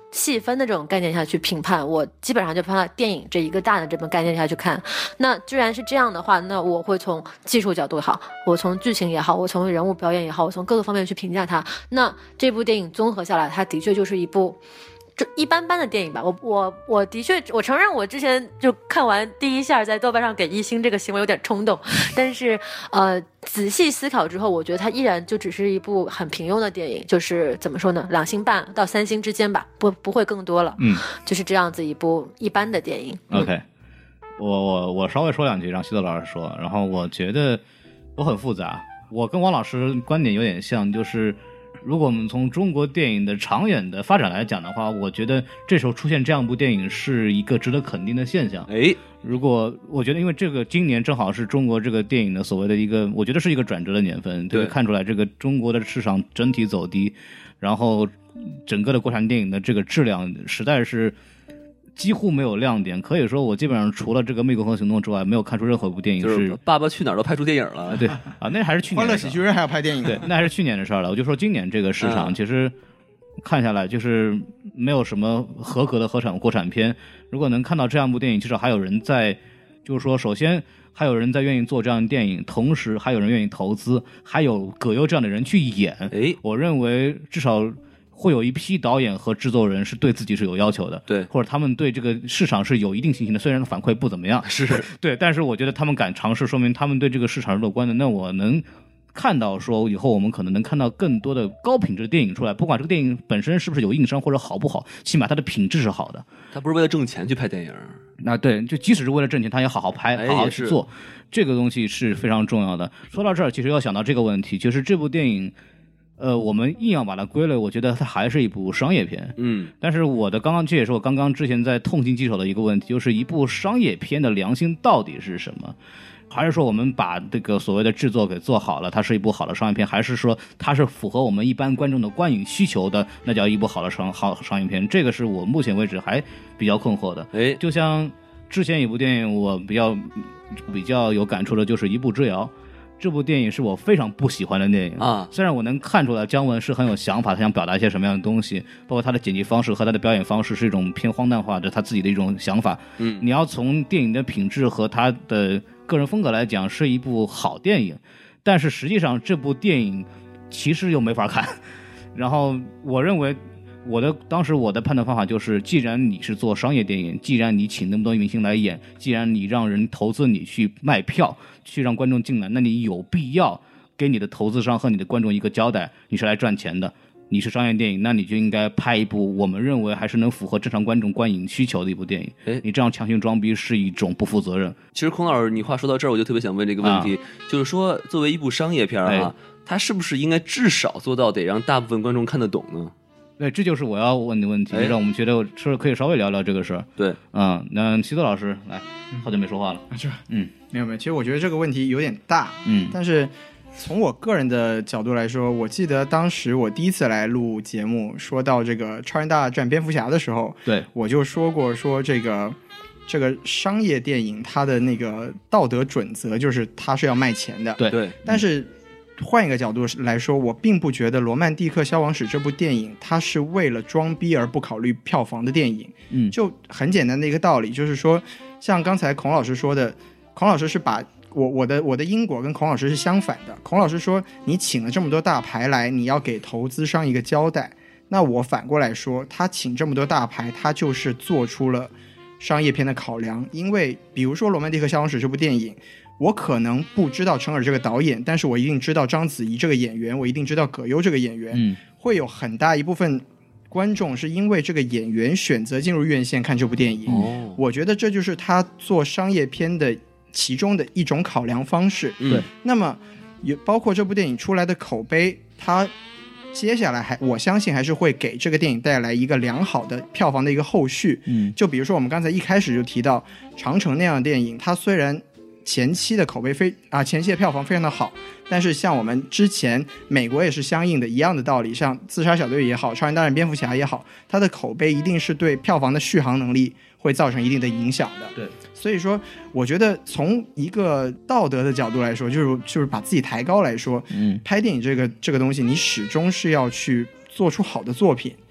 细分的这种概念下去评判，我基本上就放在电影这一个大的这本概念下去看。那既然是这样的话，那我会从技术角度也好，我从剧情也好，我从人物表演也好，我从各个方面去评价它。那这部电影综合下来，它的确就是一部就一般般的电影吧。我我我的确我承认我之前就看完第一下在豆瓣上给一星这个行为有点冲动，但是呃仔细思考之后，我觉得它依然就只是一部很平庸的电影，就是怎么说呢，两星半到三星之间吧，不不会更多了。 嗯， 就是这样子一部一般的电影。 OK， 我我我稍微说两句让西多老师说。然后我觉得我很复杂，我跟王老师观点有点像，就是如果我们从中国电影的长远的发展来讲的话，我觉得这时候出现这样一部电影是一个值得肯定的现象。 哎， 如果我觉得因为这个今年正好是中国这个电影的所谓的一个，我觉得是一个转折的年份，对，看出来这个中国的市场整体走低，然后整个的国产电影的这个质量实在是几乎没有亮点，可以说我基本上除了这个《湄公河行动》之外，没有看出任何一部电影是。 就是《爸爸去哪儿》都拍出电影了。 对啊，那还是去年。 欢乐喜剧人还要拍电影。 对，那还是去年的事儿了。我就说今年这个市场， 嗯、 其实看下来就是没有什么合格的合产国产片。如果能看到这样一部电影，至少还有人在，就是说，首先还有人在愿意做这样的电影，同时还有人愿意投资，还有葛优这样的人去演。 哎， 我认为至少会有一批导演和制作人是对自己是有要求的， 对， 或者他们对这个市场是有一定信心的，虽然反馈不怎么样， 是对，但是我觉得他们敢尝试，说明他们对这个市场是乐观的。那我能看到说以后我们可能能看到更多的高品质的电影出来，不管这个电影本身是不是有硬伤或者好不好，起码它的品质是好的。 他不是为了挣钱去拍电影， 那对，就即使是为了挣钱，他也好好拍， 哎、 好好去做，这个东西是非常重要的。说到这儿，其实要想到这个问题，就是这部电影。呃，我们硬要把它归类，我觉得它还是一部商业片。 嗯， 但是我的刚刚这也是我刚刚之前在痛心疾首的一个问题，就是一部商业片的良心到底是什么？还是说我们把这个所谓的制作给做好了，它是一部好的商业片？还是说它是符合我们一般观众的观影需求的，那叫一部好的商好商业片？这个是我目前为止还比较困惑的。 哎， 就像之前一部电影，我比较比较有感触的就是《一步之遥》。这部电影是我非常不喜欢的电影啊， 虽然我能看出来姜文是很有想法，他想表达一些什么样的东西，包括他的剪辑方式和他的表演方式是一种偏荒诞化的他自己的一种想法。 嗯， 你要从电影的品质和他的个人风格来讲，是一部好电影，但是实际上这部电影其实又没法看。然后我认为。我的当时我的判断方法就是，既然你是做商业电影，既然你请那么多明星来演，既然你让人投资你去卖票，去让观众进来，那你有必要给你的投资商和你的观众一个交代，你是来赚钱的，你是商业电影，那你就应该拍一部我们认为还是能符合正常观众观影需求的一部电影。 哎， 你这样强行装逼是一种不负责任。 其实孔老师，你话说到这儿，我就特别想问这个问题，啊、就是说，作为一部商业片啊、哎，它是不是应该至少做到得让大部分观众看得懂呢？ 对，这就是我要问的问题，让我们觉得是可以稍微聊聊这个事儿。 对， 嗯，那西多老师来，好久没说话了。 是， 嗯， 没有没有，其实我觉得这个问题有点大， 嗯， 但是从我个人的角度来说，我记得当时我第一次来录节目，说到这个《超人大战蝙蝠侠》的时候， 对， 我就说过说这个这个商业电影它的那个道德准则就是它是要卖钱的， 对对， 但是。换一个角度来说，我并不觉得《罗曼蒂克消亡史》这部电影它是为了装逼而不考虑票房的电影。 嗯， 就很简单的一个道理，就是说，像刚才孔老师说的，孔老师是把我我的我的因果跟孔老师是相反的。孔老师说，你请了这么多大牌来，你要给投资商一个交代。那我反过来说，他请这么多大牌，他就是做出了商业片的考量。因为比如说《罗曼蒂克消亡史》这部电影。我可能不知道陈耳这个导演，但是我一定知道章子怡这个演员，我一定知道葛优这个演员、 嗯、 会有很大一部分观众是因为这个演员选择进入院线看这部电影、 哦、 我觉得这就是他做商业片的其中的一种考量方式。 对、嗯， 那么也包括这部电影出来的口碑，它接下来还我相信还是会给这个电影带来一个良好的票房的一个后续。 嗯， 就比如说我们刚才一开始就提到长城那样的电影，它虽然前期的口碑非啊，前期的票房非常的好，但是像我们之前美国也是相应的一样的道理，像自杀小队也好，超人大战蝙蝠侠也好，它的口碑一定是对票房的续航能力会造成一定的影响的。 对， 所以说我觉得从一个道德的角度来说，就是就是把自己抬高来说， 嗯， 拍电影这个这个东西，你始终是要去做出好的作品，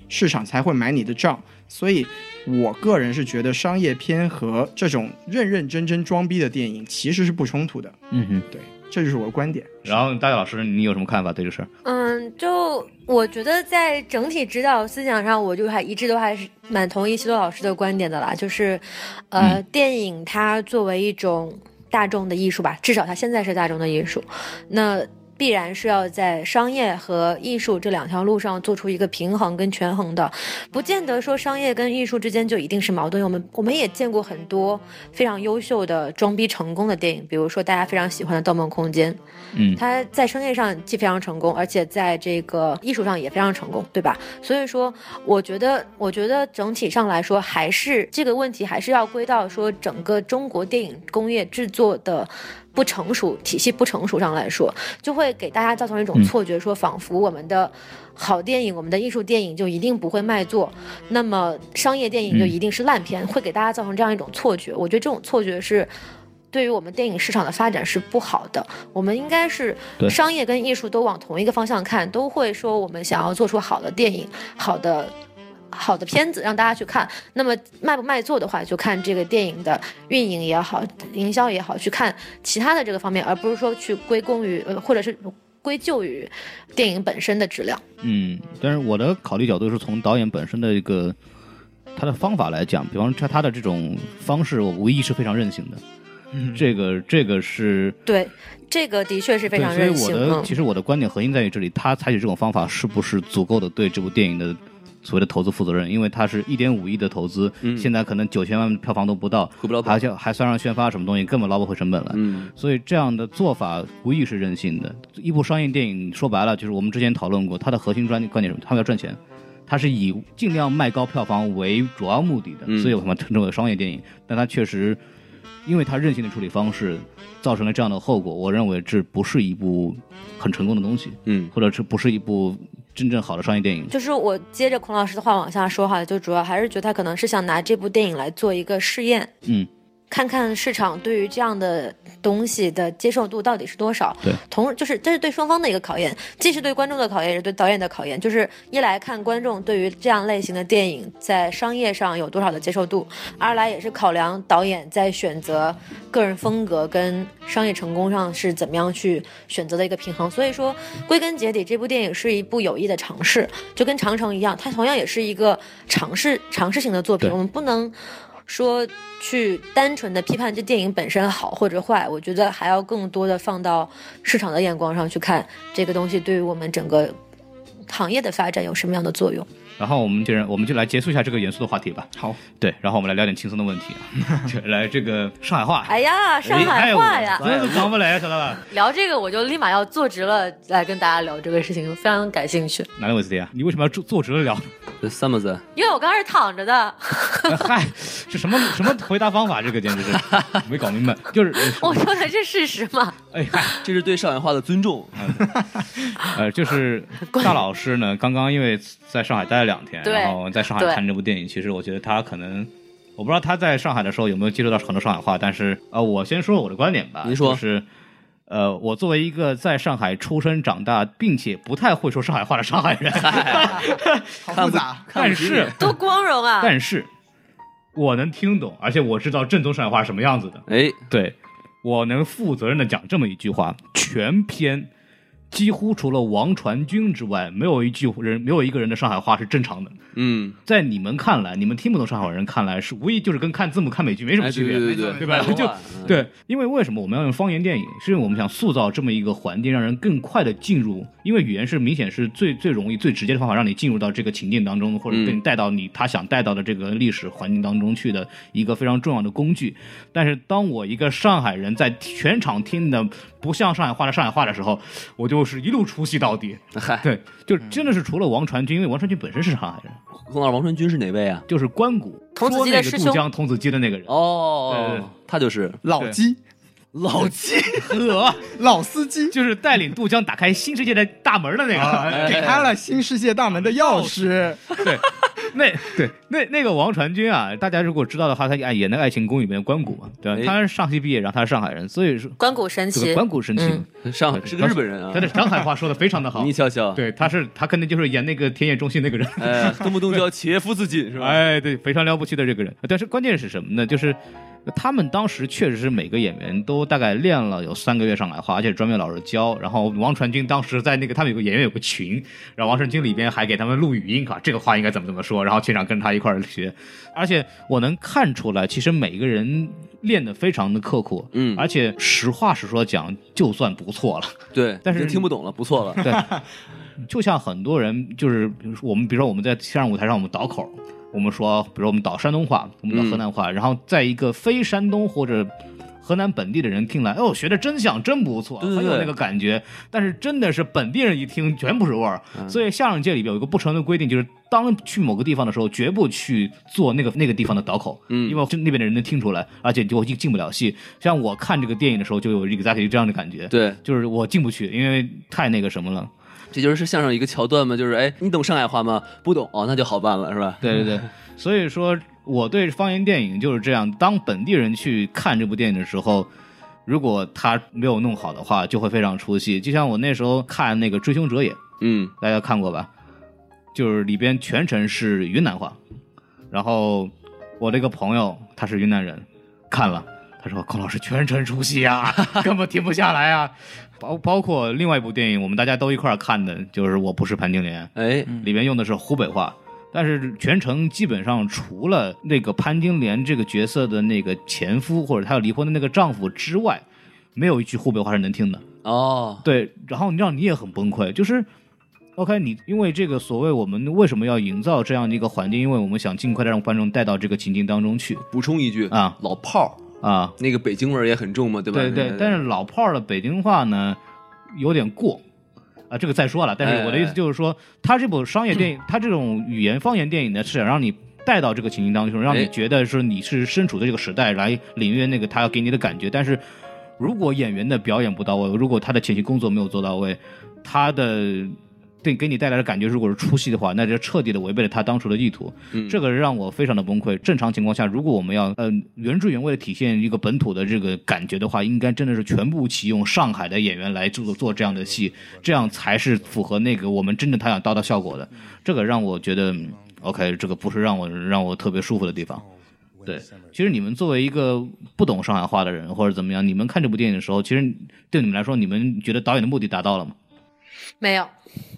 市场才会买你的账。所以我个人是觉得商业片和这种认认真真装逼的电影其实是不冲突的。 嗯哼， 对，这就是我的观点。 然后大家老师，你有什么看法对这事儿？ 嗯，就我觉得在整体指导思想上，我就还一直都还是蛮同意西多老师的观点的啦。就是，呃，嗯、电影它作为一种大众的艺术吧，至少它现在是大众的艺术，那必然是要在商业和艺术这两条路上做出一个平衡跟权衡的，不见得说商业跟艺术之间就一定是矛盾。我们我们也见过很多非常优秀的装逼成功的电影，比如说大家非常喜欢的《盗梦空间》，嗯，它在商业上既非常成功，而且在这个艺术上也非常成功，对吧？所以说，我觉得，我觉得整体上来说，还是这个问题还是要归到说整个中国电影工业制作的不成熟体系不成熟上来说，就会给大家造成一种错觉，说仿佛我们的好电影、我们的艺术电影就一定不会卖座，那么商业电影就一定是烂片，会给大家造成这样一种错觉。我觉得这种错觉是对于我们电影市场的发展是不好的。我们应该是商业跟艺术都往同一个方向看，都会说我们想要做出好的电影、好的好的片子让大家去看，那么卖不卖座的话就看这个电影的运营也好，营销也好，去看其他的这个方面，而不是说去归功于呃或者是归咎于电影本身的质量。 嗯，但是我的考虑角度是从导演本身的一个他的方法来讲，比方说他的这种方式我无疑是非常任性的。嗯，这个这个是对，这个的确是非常任性。 所以我的、嗯、其实我的观点核心在于这里，他采取这种方法是不是足够的对这部电影的所谓的投资负责任？因为它是一点五亿的投资、嗯，现在可能九千万票房都不到， 回不了本， 而且还算上宣发什么东西，根本捞不回成本来。嗯，所以这样的做法无疑是任性的。一部商业电影说白了，就是我们之前讨论过，它的核心观观点是什么？他们要赚钱，它是以尽量卖高票房为主要目的的，嗯、所以我们称为商业电影。但它确实，因为它任性的处理方式，造成了这样的后果。我认为这不是一部很成功的东西，嗯，或者是不是一部真正好的商业电影。 就是我接着孔老师的话往下说哈，就主要还是觉得他可能是想拿这部电影来做一个试验，嗯，看看市场对于这样的东西的接受度到底是多少。 对， 同就是这是对双方的一个考验，既是对观众的考验，也是对导演的考验。就是一来看观众对于这样类型的电影在商业上有多少的接受度，二来也是考量导演在选择个人风格跟商业成功上是怎么样去选择的一个平衡。所以说，归根结底，这部电影是一部有益的尝试，就跟长城一样，它同样也是一个尝试尝试型的作品。我们不能说去单纯的批判这电影本身好或者坏，我觉得还要更多的放到市场的眼光上去看这个东西对于我们整个行业的发展有什么样的作用。 然后我们就我们就来结束一下这个严肃的话题吧。 好， 对，然后我们来聊点轻松的问题啊，来这个上海话。 哎呀，上海话呀， 真是讲不来，晓得吧？ 聊这个我就立马要坐直了来跟大家聊这个事情，非常感兴趣。 哪个问题啊？你为什么要坐坐直了聊？ 这什么子？ 因为我刚开始躺着的。 嗨，是什么什么回答方法？这个简直是没搞明白。就是我说的是事实嘛。 哎嗨， 这是对上海话的尊重。 呃，就是大老师呢，刚刚因为在上海待了两天，然后在上海看这部电影，其实我觉得他可能，我不知道他在上海的时候有没有接触到很多上海话，但是呃，我先说我的观点吧。 您说。 就是呃，我作为一个在上海出生长大，并且不太会说上海话的上海人， 好复杂， 但是多光荣啊！ 但是我能听懂，而且我知道正宗上海话是什么样子的。 哎， 对，我能负责任的讲这么一句话：全篇几乎除了王传君之外，没有一句人，没有一个人的上海话是正常的。嗯，在你们看来，你们听不懂上海人看来是无疑就是跟看字幕看美剧没什么区别， 哎、对对 对, 对, 对吧？就对，因为为什么我们要用方言电影？是因为我们想塑造这么一个环境，让人更快的进入。因为语言是明显是最最容易、最直接的方法，让你进入到这个情境当中，或者更带到你他想带到的这个历史环境当中去的一个非常重要的工具。但是当我一个上海人在全场听的不像上海话的上海话的时候，我就是一路出戏到底。对，就真的是除了王传君，因为王传君本身是上海人。 孔老师，王传君是哪位啊？ 就是关谷童子鸡的师兄， 说那个渡江童子鸡的那个人。 哦， 对对对， 他就是老鸡， 老鸡和老司机， 就是带领渡江打开新世界的大门的那个， 啊、给他了新世界大门的钥匙。 对， 那对那那个王传君啊，大家如果知道的话，他演那个《爱情公寓》里面的关谷嘛，对吧？他是上戏毕业，然后他是上海人，所以说关谷神奇， 关谷神奇， 嗯、上海是个日本人啊， 他的上海话说的非常的好。 你瞧瞧， 对，他是他肯定就是演那个田野中心那个人， 哎，动不动就要切腹自尽是吧？ 哎，对，非常了不起的这个人。但是关键是什么呢？就是他们当时确实是每个演员都大概练了有三个月上海话，而且专门老师教。然后王传君当时在那个他们有个演员有个群，然后王传君里边还给他们录语音，啊，这个话应该怎么怎么说，然后现场跟他一块儿学。而且我能看出来，其实每个人练得非常的刻苦， 嗯， 而且实话实说讲，就算不错了。 对， 但是听不懂了，不错了。 对，就像很多人就是我们，比如说我们在相声舞台上，我们倒口。我们说，比如我们导山东话，我们导河南话，嗯、然后在一个非山东或者河南本地的人听来，哦，学的真像，真不错， 对对对， 很有那个感觉。但是真的是本地人一听，全不是味儿。嗯、所以相声界里边有一个不成文的规定，就是当去某个地方的时候，绝不去做那个那个地方的倒口，嗯，因为那边的人能听出来，而且就进进不了戏。像我看这个电影的时候，就有 exactly 这样的感觉， 对， 就是我进不去，因为太那个什么了。 这就是相声一个桥段嘛，就是哎，你懂上海话吗？不懂哦，那就好办了，是吧？ 对对对，所以说我对方言电影就是这样。当本地人去看这部电影的时候，如果他没有弄好的话，就会非常出戏。就像我那时候看那个《追凶者也》， 嗯， 大家看过吧？就是里边全程是云南话，然后我那个朋友他是云南人，看了。他说：“孔老师全程出戏啊，根本停不下来啊！包包括另外一部电影，我们大家都一块儿看的，就是《我不是潘金莲》， 哎， 里面用的是湖北话，但是全程基本上除了那个潘金莲这个角色的那个前夫或者她要离婚的那个丈夫之外，没有一句湖北话是能听的。 哦， 对，然后让你也很崩溃，就是。” OK， 你因为这个所谓我们为什么要营造这样的一个环境？因为我们想尽快的让观众带到这个情境当中去。 补充一句啊， 老炮儿啊， 那个北京味儿也很重嘛，对吧？ 对对，但是老炮儿的北京话呢有点过啊，这个再说了。但是我的意思就是说，哎、他这部商业电影，他这种语言方言电影呢，是想让你带到这个情境当中，让你觉得说你是身处的这个时代来领略那个他要给你的感觉。但是如果演员的表演不到位，如果他的前期工作没有做到位，他的对给你带来的感觉如果是出戏的话，那就彻底的违背了他当初的意图、嗯、这个让我非常的崩溃。正常情况下，如果我们要呃原汁原味的体现一个本土的这个感觉的话，应该真的是全部启用上海的演员来做做这样的戏，这样才是符合那个我们真正他想达到效果的。这个让我觉得 OK， 这个不是让我让我特别舒服的地方。对，其实你们作为一个不懂上海话的人或者怎么样，你们看这部电影的时候，其实对你们来说，你们觉得导演的目的达到了吗？ 没有。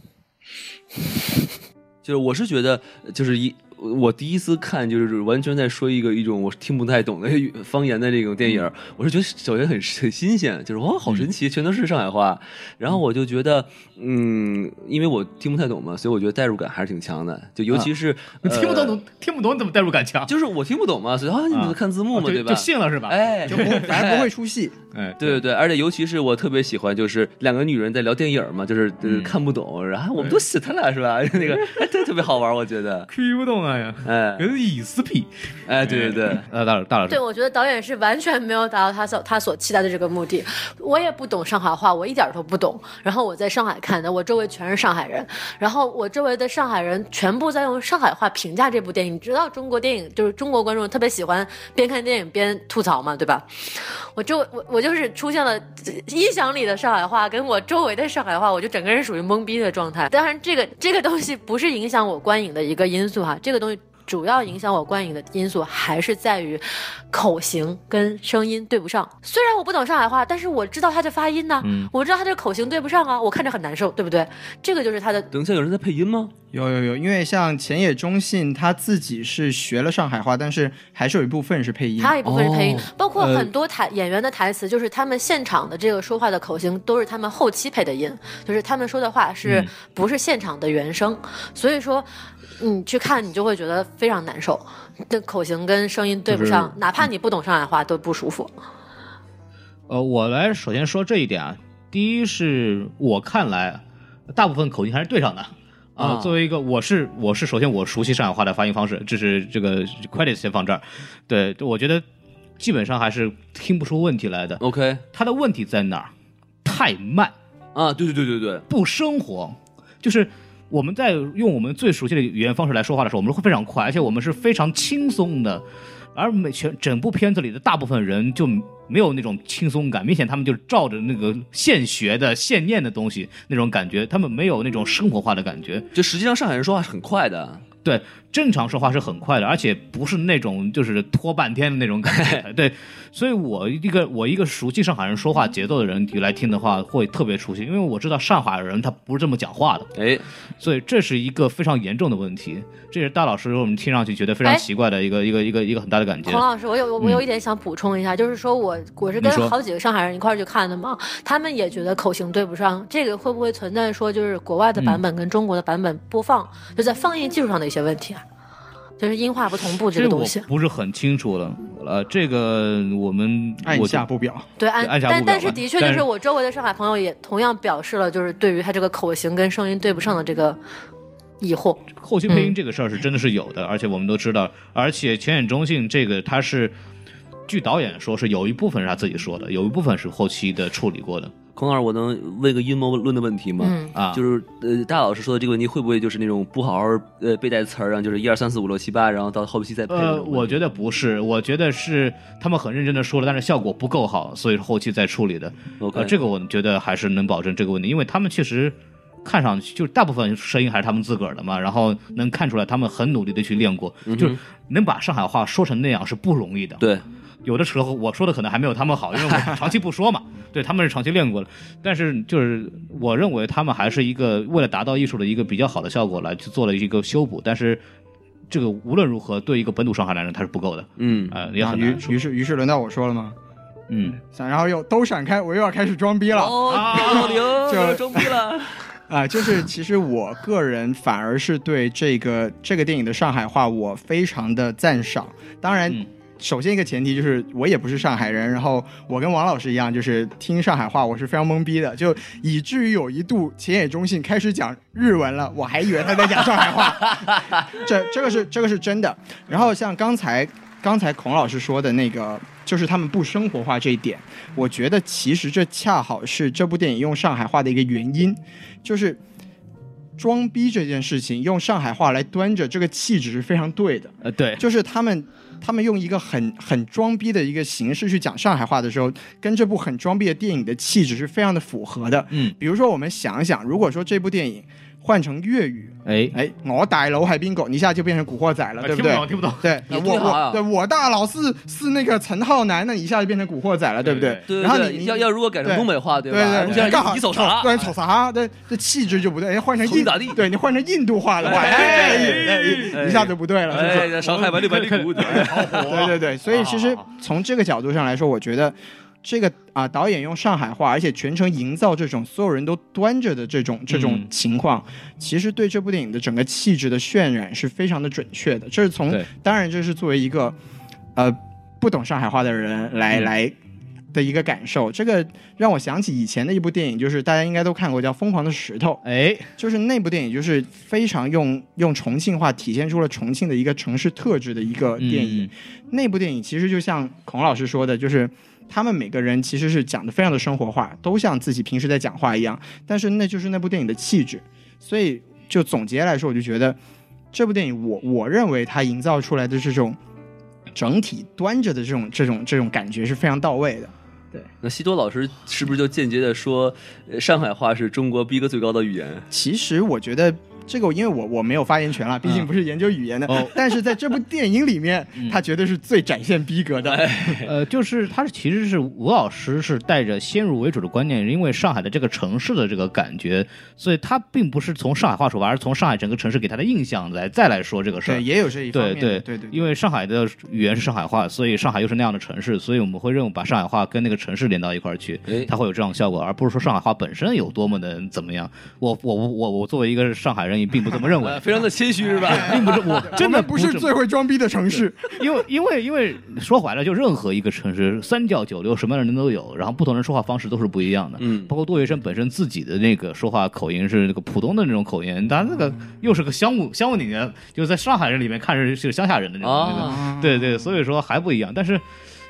就是我是觉得，就是一我第一次看，就是完全在说一个一种我听不太懂的方言的这种电影、嗯、我是觉得首先很很新鲜，就是哇好神奇、嗯、全都是上海话。然后我就觉得嗯因为我听不太懂嘛，所以我觉得代入感还是挺强的，就尤其是、啊呃、听不懂听不懂你怎么代入感强？ 就是我听不懂嘛，所以啊你们看字幕嘛、啊、对吧？ 就信了是吧？ 哎， 就不反而不会出戏。 哎， 对对对，而且尤其是我特别喜欢，就是两个女人在聊电影嘛，就是、嗯、看不懂，然后我们都死他了是吧？那个哎，这特别好玩，我觉得。 听不懂啊呀， 哎， 有意思屁， 哎，对对对， 呃，大大老师， 对，我觉得导演是完全没有达到他所他所期待的这个目的。我也不懂上海话，我一点都不懂。然后我在上海看的，我周围全是上海人，然后我周围的上海人全部在用上海话评价这部电影。你知道中国电影就是中国观众特别喜欢边看电影边吐槽嘛，对吧？我周我我就是出现了臆想里的上海话跟我周围的上海话，我就整个人属于懵逼的状态。当然，这个这个东西不是影响我观影的一个因素哈，这个东西主要影响我观影的因素还是在于口型跟声音对不上。虽然我不懂上海话，但是我知道它的发音呢、嗯，我知道它这个口型对不上啊，我看着很难受，对不对？这个就是它的。 等一下，有人在配音吗？ 有有有，因为像前野忠信他自己是学了上海话，但是还是有一部分是配音， 还有一部分是配音， 哦、 包括很多台、呃、演员的台词，就是他们现场的这个说话的口型都是他们后期配的音，就是他们说的话是不是现场的原声，嗯、所以说你去看你就会觉得非常难受，这口型跟声音对不上、就是、哪怕你不懂上海话都不舒服。 呃，我来首先说这一点啊，第一是我看来大部分口音还是对上的。啊、呃，作为一个我是我是首先我熟悉上海话的发音方式，这是这个 credit 先放这儿，对，我觉得基本上还是听不出问题来的。 OK， 它的问题在哪儿？太慢啊！对对对对对， 不生活，就是我们在用我们最熟悉的语言方式来说话的时候，我们会非常快，而且我们是非常轻松的。而每全整部片子里的大部分人就没有那种轻松感，明显他们就照着那个现学的现念的东西那种感觉，他们没有那种生活化的感觉。 就实际上上海人说话是很快的， 对，正常说话是很快的，而且不是那种就是拖半天的那种感觉。对，所以我一个我一个熟悉上海人说话节奏的人来听的话，会特别熟悉，因为我知道上海人他不是这么讲话的。 哎， 所以这是一个非常严重的问题，这是大老师我们听上去觉得非常奇怪的一个一个一个一个很大的感觉。 孔老师，我有我有一点想补充一下，嗯、就是说我我是跟好几个上海人一块儿去看的嘛，他们也觉得口型对不上，这个会不会存在说就是国外的版本跟中国的版本播放、嗯、就在放映技术上的一些问题啊？就是音画不同步这个东西， 我不是很清楚了。呃，这个我们按下不表。 对，按按下不表。 但但是的确就是我周围的上海朋友也同样表示了，就是对于他这个口型跟声音对不上的这个疑惑。 后期配音这个事儿是真的是有的、嗯，而且我们都知道，而且浅野忠信这个他是，据导演说是有一部分是他自己说的，有一部分是后期的处理过的。 孔老师，我能问个阴谋论的问题吗？ 嗯啊， 就是呃，大老师说的这个问题会不会就是那种不好好呃背带词儿，然后就是一二三四五六七八，然后到后期再配？ 呃，我觉得不是，我觉得是他们很认真的说了，但是效果不够好，所以后期再处理的。 OK，、 呃、这个我觉得还是能保证这个问题，因为他们确实看上去就是大部分声音还是他们自个儿的嘛，然后能看出来他们很努力的去练过， 嗯、 就是能把上海话说成那样是不容易的。 对。 有的时候我说的可能还没有他们好，因为我长期不说嘛，对，他们是长期练过了。但是就是我认为他们还是一个为了达到艺术的一个比较好的效果来去做了一个修补，但是这个无论如何对一个本土上海男人他是不够的， 嗯啊、呃，也很难说。 于于是于是轮到我说了吗？ 嗯， 然后又都闪开，我又要开始装逼了。 哦，啊、就装逼了。 啊、呃，就是其实我个人反而是对这个这个电影的上海话我非常的赞赏，当然。嗯，首先一个前提就是我也不是上海人，然后我跟王老师一样，就是听上海话我是非常懵逼的，就以至于有一度浅野忠信开始讲日文了，我还以为他在讲上海话。这这个是这个是真的。然后像刚才刚才孔老师说的那个，就是他们不生活化这一点，我觉得其实这恰好是这部电影用上海话的一个原因，就是装逼这件事情用上海话来端着，这个气质是非常对的。 呃，对， 就是他们。他们用一个很很装逼的一个形式去讲上海话的时候，跟这部很装逼的电影的气质是非常的符合的。 嗯， 比如说我们想一想，如果说这部电影换成粤语， 哎哎，我大佬係邊個，一下就變成古惑仔了， 啊、 对不对？ 听不懂， 对， 也我好、啊、 我对我大佬是是那个陳浩南，那一下就變成古惑仔了，对不对？ 对， 然后你要要如果改成东北话，对吧？ 对对， 对你走啥？ 对，走啥？对，这气质就不对。换成印咋地？ 对你换成印度话的话，哎，一下就不对了。 哎，上海百里百里古，对对对。所以其实从这个角度上来说，我觉得。这个啊，导演用上海话，而且全程营造这种所有人都端着的这种这种情况、嗯，其实对这部电影的整个气质的渲染是非常的准确的。这是从当然这是作为一个呃不懂上海话的人来、嗯、来的一个感受。这个让我想起以前的一部电影，就是大家应该都看过，叫《疯狂的石头》。 哎， 就是那部电影，就是非常用用重庆话体现出了重庆的一个城市特质的一个电影。嗯、那部电影其实就像孔老师说的，就是。他们每个人其实是讲的非常的生活化，都像自己平时在讲话一样，但是那就是那部电影的气质。所以就总结来说，我就觉得这部电影我我认为它营造出来的这种整体端着的这种这种这种感觉是非常到位的。对， 那西多老师是不是就间接的说上海话是中国逼格最高的语言？ 其实我觉得这个因为我我没有发言权了，毕竟不是研究语言的、嗯哦、但是在这部电影里面、嗯、他绝对是最展现逼格的。 呃就是他其实是吴老师是带着先入为主的观念，因为上海的这个城市的这个感觉，所以他并不是从上海话出发，而是从上海整个城市给他的印象来再来说这个事儿。 对，也有这一方面。 对对对对， 因为上海的语言是上海话，所以上海又是那样的城市，所以我们会认为把上海话跟那个城市连到一块儿去，它会有这样的效果，而不是说上海话本身有多么的怎么样。我我我我作为一个上海人也并不这么认为。 非常的谦虚是吧？ 并不是，我真的不是最会装逼的城市。 因为因为因为说白了，就任何一个城市，三教九流，什么样的人都有，然后不同人说话方式都是不一样的。嗯，包括杜月笙本身自己的那个说话口音是那个浦东的那种口音，他那个又是个乡务乡务里面，就是在上海人里面看是是个乡下人的那种、哦那个。对对，所以说还不一样。但是。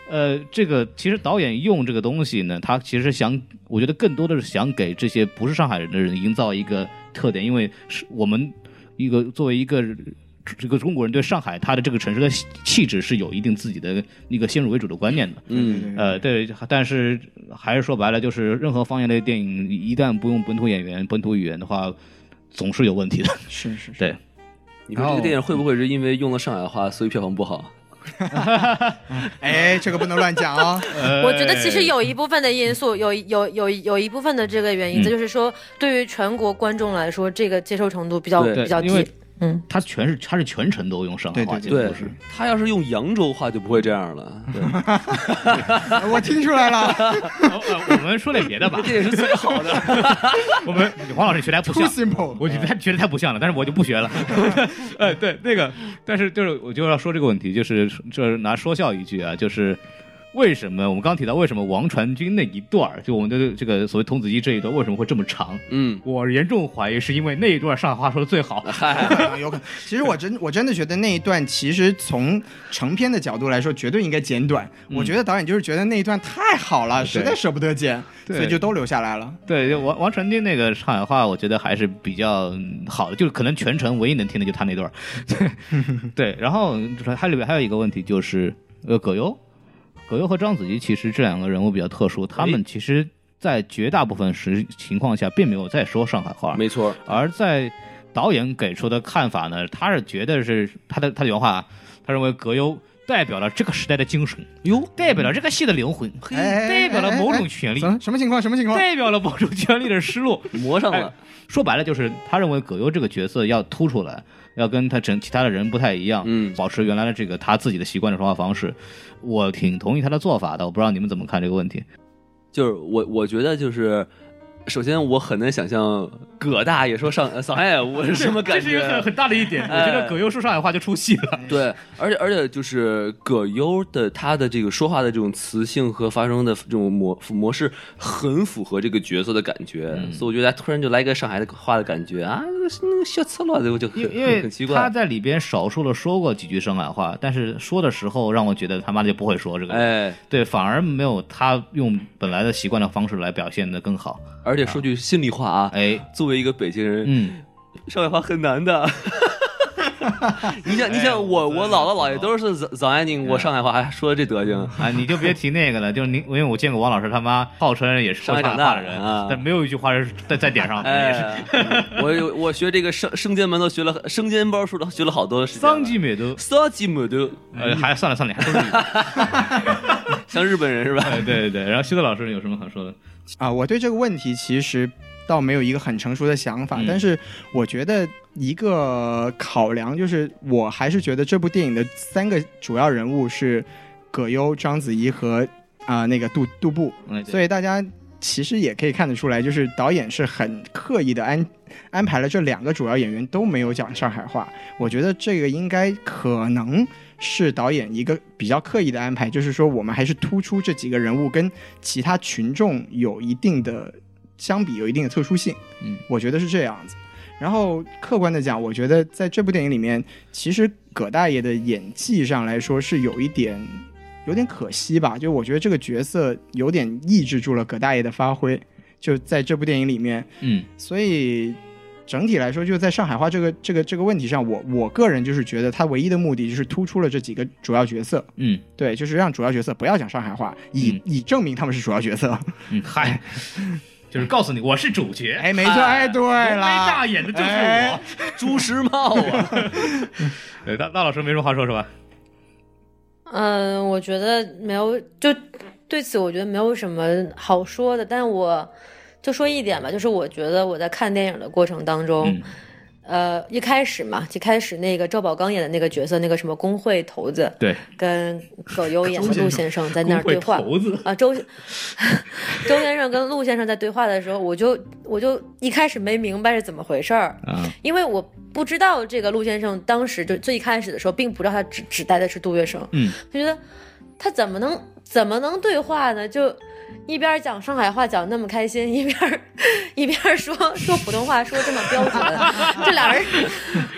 呃，这个其实导演用这个东西呢，他其实想，我觉得更多的是想给这些不是上海人的人营造一个特点，因为是我们一个作为一个这个中国人对上海它的这个城市的气质是有一定自己的一个先入为主的观念的。 嗯， 呃，对，但是还是说白了，就是任何方言类电影一旦不用本土演员、本土语言的话，总是有问题的。 是是是， 对。 你说这个电影会不会是因为用了上海话，所以票房不好？ 哎，这个不能乱讲啊、 呃我觉得其实有一部分的因素，有有有有一部分的这个原因， 嗯这就是说，对于全国观众来说，这个接受程度比较对比较低因为。 嗯， 他全是他是全程都用上海话对讲对故事。， 他要是用扬州话就不会这样了。对， 我听出来了呃我们说点别的吧。 这也是最好的。 我们黄老师学的还不 ，too 像， simple。 我觉得他觉得太不像了，但是我就不学了。呃，对，那个，但是就是我就要说这个问题，就是就是拿说笑一句啊，就是为什么我们刚提到为什么王传君那一段就我们的这个所谓童子鸡这一段为什么会这么长？ 嗯， 我严重怀疑是因为那一段上海话说的最好。 有可能，有可能。其实我真我真的觉得那一段，其实从成片的角度来说，绝对应该剪短。 嗯我觉得导演就是觉得那一段太好了，实在舍不得剪， 对所以就都留下来了。 对，就王王传君那个上海话，我觉得还是比较嗯好的，就是可能全程唯一能听的就他那段儿。对，对，然后它里边还有一个问题就是，呃，葛优。葛优和章子怡其实这两个人物比较特殊，他们其实在绝大部分时情况下并没有在说上海话， 没错。 而在导演给出的看法呢，他是觉得是他的他的原话，他认为葛优代表了这个时代的精神， 哟， 代表了这个戏的灵魂， 哎代表了某种权利， 什么什么情况？什么情况？ 代表了某种权利的失落。 磨上了。 哎说白了就是他认为葛优这个角色要突出来，要跟他整其他的人不太一样， 嗯保持原来的这个他自己的习惯的说话方式。我挺同意他的做法的，我不知道你们怎么看这个问题。 就是我我觉得就是，首先我很难想象葛大爷说上呃上海我是什么感觉。 这是一个很很大的一点，我哎觉得葛优说上海话就出戏了。 对，而且而且就是葛优的他的这个说话的这种词性和发声的这种模模式，很符合这个角色的感觉， 嗯所以我觉得他突然就来个上海的话的感觉啊，那个那个小刺佬的，我就很因为因为很奇怪。 他在里边少数的说过几句上海话，但是说的时候让我觉得他妈的就不会说这个， 哎， 对，反而没有他用本来的习惯的方式来表现的更好。 而且说句心里话啊， 哎， 作为一个北京人， 嗯， 上海话很难的。你想，你想我，我姥姥姥爷都是早早安宁，我上海话还说这德行。 啊，你就别提那个了，就是您，因为我见过王老师他妈，号称也是说上海话的人， 上海长大啊但没有一句话是在在点上的，也是。 哎，我我学这个生生煎馒头学了生煎包，说了学了好多时间了。 桑基美都， 桑基美都， 呃，还算了算了，还都是语。 像日本人是吧？ 哎，对对对。然后西多老师有什么想说的？ 啊，我对这个问题其实倒没有一个很成熟的想法， 嗯但是我觉得一个考量就是，我还是觉得这部电影的三个主要人物是葛优、章子怡和啊、那个杜杜布， 嗯，对所以大家其实也可以看得出来，就是导演是很刻意的安安排了这两个主要演员都没有讲上海话，我觉得这个应该可能是导演一个比较刻意的安排，就是说我们还是突出这几个人物跟其他群众有一定的相比有一定的特殊性， 嗯， 我觉得是这样子。然后客观的讲，我觉得在这部电影里面，其实葛大爷的演技上来说是有一点有点可惜吧，就我觉得这个角色有点抑制住了葛大爷的发挥，就在这部电影里面， 嗯， 所以整体来说，就在上海话这个这个这个问题上，我我个人就是觉得他唯一的目的就是突出了这几个主要角色， 嗯对，就是让主要角色不要讲上海话，以、 嗯以证明他们是主要角色。 嗯，嗨，就是告诉你我是主角， 哎，没错，哎，对浓眉了， 大眼的就是我哎。 朱时茂啊， 对，大大老师没什么话说是吧？ 嗯，我觉得没有，就对此我觉得没有什么好说的，但我就说一点吧，就是我觉得我在看电影的过程当中， 嗯呃，一开始嘛，一开始那个赵宝刚演的那个角色，那个什么工会头子， 对， 跟葛优演的陆先生在那儿工会对话头子， 啊，周周先生跟陆先生在对话的时候，我就我就一开始没明白是怎么回事儿， 啊， 因为我不知道这个陆先生当时就最一开始的时候，并不知道他只只带的是杜月笙， 嗯， 就觉得他怎么能怎么能对话呢？就一边讲上海话讲那么开心，一边一边说说普通话说这么标准，这俩人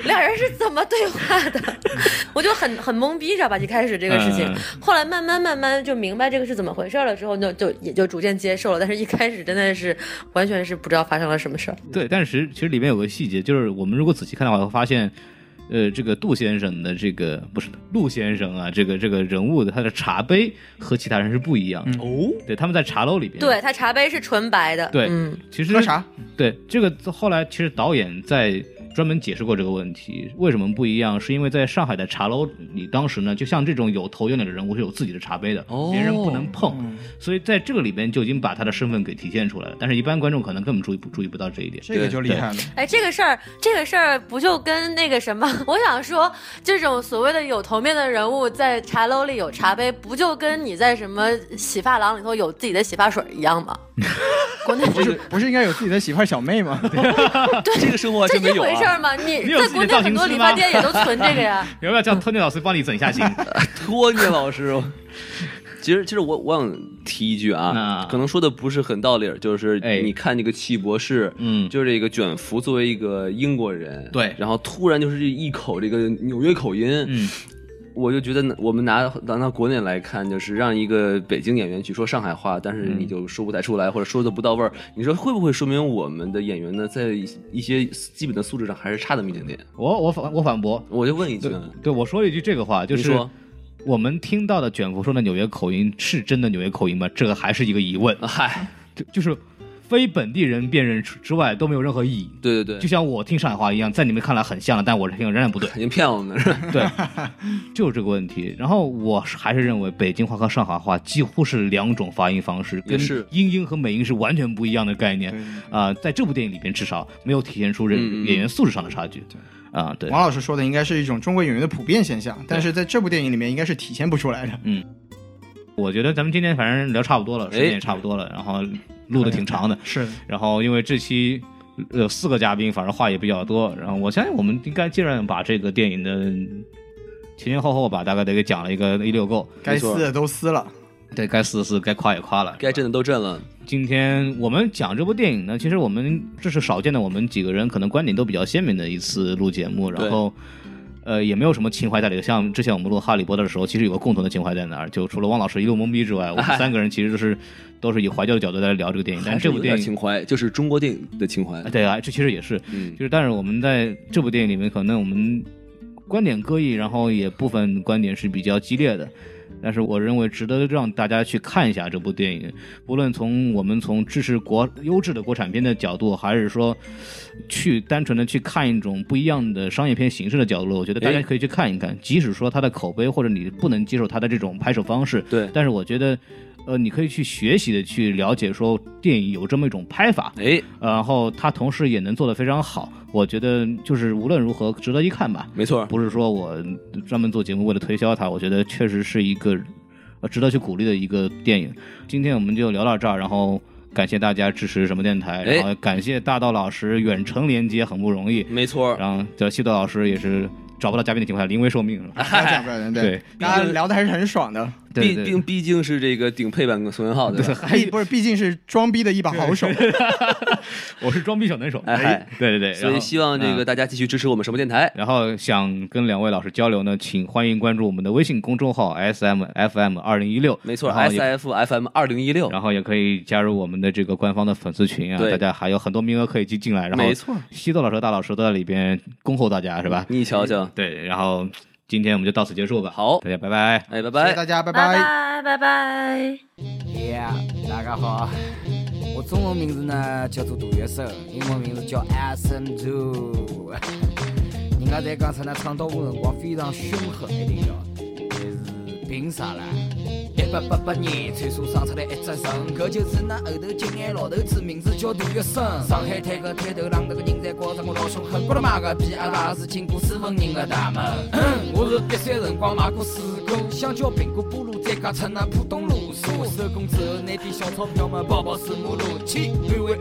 俩人是怎么对话的？我就很很懵逼，知道吧？一开始这个事情，嗯、后来慢慢慢慢就明白这个是怎么回事了，之后就就也就逐渐接受了。但是一开始真的是完全是不知道发生了什么事儿。 对，但是其实里面有个细节，就是我们如果仔细看的话，会发现。呃，这个杜先生的这个不是陆先生啊，这个这个人物的他的茶杯和其他人是不一样的、嗯、哦。对，他们在茶楼里边， 对他茶杯是纯白的。 对， 嗯， 其实喝茶。 对，这个后来其实导演在专门解释过这个问题，为什么不一样？是因为在上海的茶楼里，当时呢，就像这种有头有脸的人物是有自己的茶杯的，哦、别人不能碰、嗯，所以在这个里边就已经把他的身份给体现出来了。但是，一般观众可能根本注意不注意不到这一点， 这个就厉害了。 哎，这个事儿，这个事儿不就跟那个什么？我想说，这种所谓的有头面的人物在茶楼里有茶杯，不就跟你在什么洗发廊里头有自己的洗发水一样吗？国内不是不是应该有自己的洗发小妹吗？ 对， 这个生活还真没有啊。 这一回事吗？你在国内很多理发店也都存这个呀。 要不要叫托尼老师帮你整一下型？ 托尼老师，其实其实我我想提一句啊，可能说的不是很道理，就是你看这个奇异博士，嗯，就是这个卷福作为一个英国人， 对， 然后突然就是一口这个纽约口音，嗯。我就觉得我们拿拿到国内来看，就是让一个北京演员去说上海话，但是你就说不太出来，嗯、或者说的不到位儿，你说会不会说明我们的演员呢，在一些基本的素质上还是差那么一点点？ 我我反我反驳， 我就问一句， 对，对我说一句这个话，就是我们听到的卷福说的纽约口音是真的纽约口音吗？这个还是一个疑问。 嗨， 就就是。非本地人辨认之外都没有任何意义。 对对对， 就像我听上海话一样，在你们看来很像了，但我听仍然不对， 肯定骗我们是吧？ 对，就是这个问题。然后我还是认为北京话和上海话几乎是两种发音方式，跟英音和美音是完全不一样的概念啊、呃。在这部电影里边，至少没有体现出人、嗯、演员素质上的差距。对。啊，对， 王老师说的应该是一种中国演员的普遍现象，但是在这部电影里面应该是体现不出来的。 嗯，我觉得咱们今天反正聊差不多了，时间也差不多了，然后录的挺长的， 是。 然后因为这期有四个嘉宾，反正话也比较多，然后我相信我们应该尽量把这个电影的前前后后吧，大概得给讲了一个一溜够， 该撕的都撕了， 对，该撕的撕，该夸也夸了， 该震的都震了。 今天我们讲这部电影呢，其实我们这是少见的，我们几个人可能观点都比较鲜明的一次录节目，然后呃也没有什么情怀在里的。像之前我们录哈利波特的时候，其实有个共同的情怀在哪儿，就除了汪老师一路懵逼之外，我们三个人其实就是都是以怀旧的角度来聊这个电影。但是这部电影情怀就是中国电影的情怀， 对啊，这其实也是，嗯，就是但是我们在这部电影里面，可能我们观点各异，然后也部分观点是比较激烈的。但是我认为值得让大家去看一下这部电影，不论从我们从支持国优质的国产片的角度，还是说去单纯的去看一种不一样的商业片形式的角度，我觉得大家可以去看一看。即使说它的口碑或者你不能接受它的这种拍摄方式， 对， 但是我觉得呃，你可以去学习的去了解说电影有这么一种拍法， 哎， 然后它同时也能做得非常好。我觉得就是无论如何值得一看吧， 没错， 不是说我专门做节目为了推销它，我觉得确实是一个值得去鼓励的一个电影。今天我们就聊到这儿，然后感谢大家支持什么电台，然后感谢大道老师远程连接很不容易， 没错， 然后这西多老师也是找不到嘉宾的情况下临危受命了， 不要这样，不要这样，对，大家聊的还是很爽的。 毕竟毕竟是这个顶配版宋元浩的， 还不是毕竟是装逼的一把好手， 我是装逼小能手， 哎， 对对对， 所以希望这个大家继续支持我们什么电台。 然后想跟两位老师交流呢，请欢迎关注我们的微信公众号 S M F M 二零一六， 没错 ，S F F M 二零一六， 然后也可以加入我们的这个官方的粉丝群啊，大家还有很多名额可以进来，然后没错， 西多老师、大老师都在里边恭候大家，是吧？ 你瞧瞧， 对，然后。今天我们就到此结束吧。 好， 大家拜拜。 哎，拜拜， 谢谢大家，拜拜拜拜。 Yeah， 大家好，我中文名字呢叫做杜月笙，英文名字叫 S M two。人家在刚才呢唱到我辰光非常凶狠一定要，但是凭啥啦？一八八八年传说生出来一只人，搿就是那后头金眼老头子，名字叫杜月笙。上海滩个滩头浪头个人在觉着我老凶狠，觉得妈个逼阿拉是经过四分人的大门。我是毕业辰光买过水果，香蕉、苹果、菠萝，再加出那浦东路数。收工之后拿点小钞票嘛，包包四马路去安慰安慰阿拉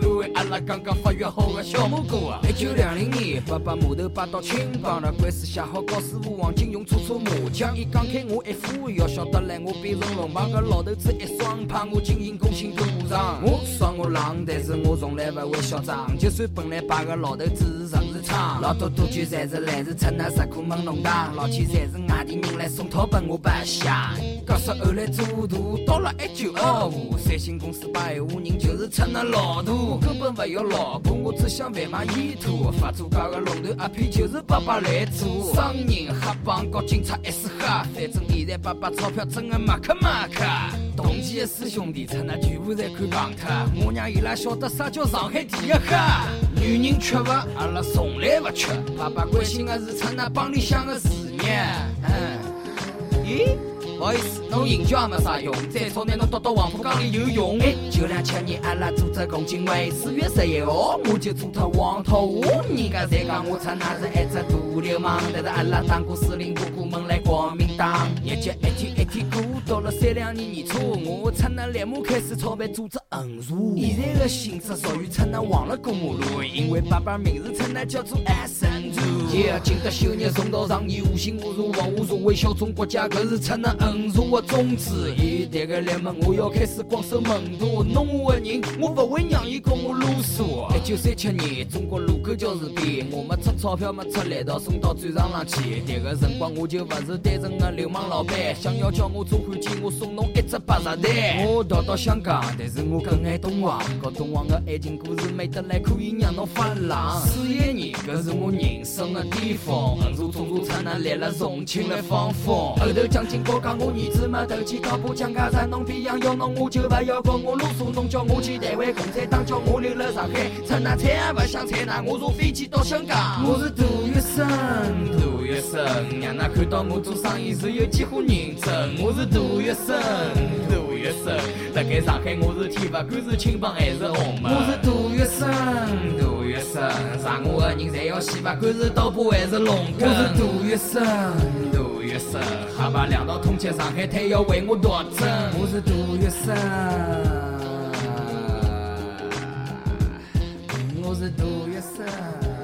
拉刚刚发育好的小蘑菇。一九两零年，爸爸码头摆到青帮，那官司写好告师傅王金勇搓搓麻将。伊讲开我一副，要晓得来我变成龙帮个老头子一双，怕我经营公信够无常。我耍我浪，但是我从来不会嚣张。就算本来摆个老头子上市场，老多多酒侪是来自出那石库门弄堂，老钱侪是外地人来送套拨我白相。告诉后来做大，到了一九二五，三星公司摆闲话人就是出那老大，根本不要老婆，我只想贩卖烟土。发租界个龙头阿片就是爸爸来做，商人黑帮和警察一时黑，反正现在爸爸钞票真的马克马克。同期的师兄弟出那全部在看棒他，我让伊拉晓得啥叫上海第一黑。女人缺乏，阿拉从来不缺，爸爸关心的是出那帮里向的事业。嗯，咦？不好意思，侬营销也没啥用，再吵拿侬倒到黄浦江里游泳。哎，九两七年阿拉组织共进会，四月十一号我就做脱黄桃花。人家侪讲我出那是一只大流氓，但是阿拉当过司令部部门来国民党。日脚一天一天过，到了三两年年初，我出那立马开始操办组织横查。现在的性质属于出那忘了过马路，因为爸爸名字出那叫做 S N 二。也经得修业送到上演无形无术，文无所谓小众国家，可是出那横查的宗旨。一旦个立门，我要开始广收门徒，弄我的人，我不会让伊跟我啰嗦。一九三七年，中国卢沟桥事变，我没出钞票，没出力道，送到战场上去。迭个辰光我就不是单纯的流氓老板，想要叫我做汉奸，我送侬一只八十弹。我逃到香港，但是我更爱东皇，和东皇的爱情故事美得来可以让侬发冷。四一年，搿是我人生的巅峰，横查中查出那来了重庆来放风。后头蒋经国讲我儿子没投机倒把蒋家产，侬偏要要侬，我就不要跟我啰嗦。侬叫我去台湾共产党，叫我留了上海，出那菜也不想睬那，我坐飞机到香港。我是大学生，大学生，让㑚看到我做生意是有几户认真。我是大学生，大学生，辣盖上海我是天不管是青帮还是红门。我是大学生，大学生，上我的人侪要死，不管是刀疤还是龙根。我是大学生，大学生，哈巴两道通缉上海滩要为我夺证。我是大学生，我是大学生。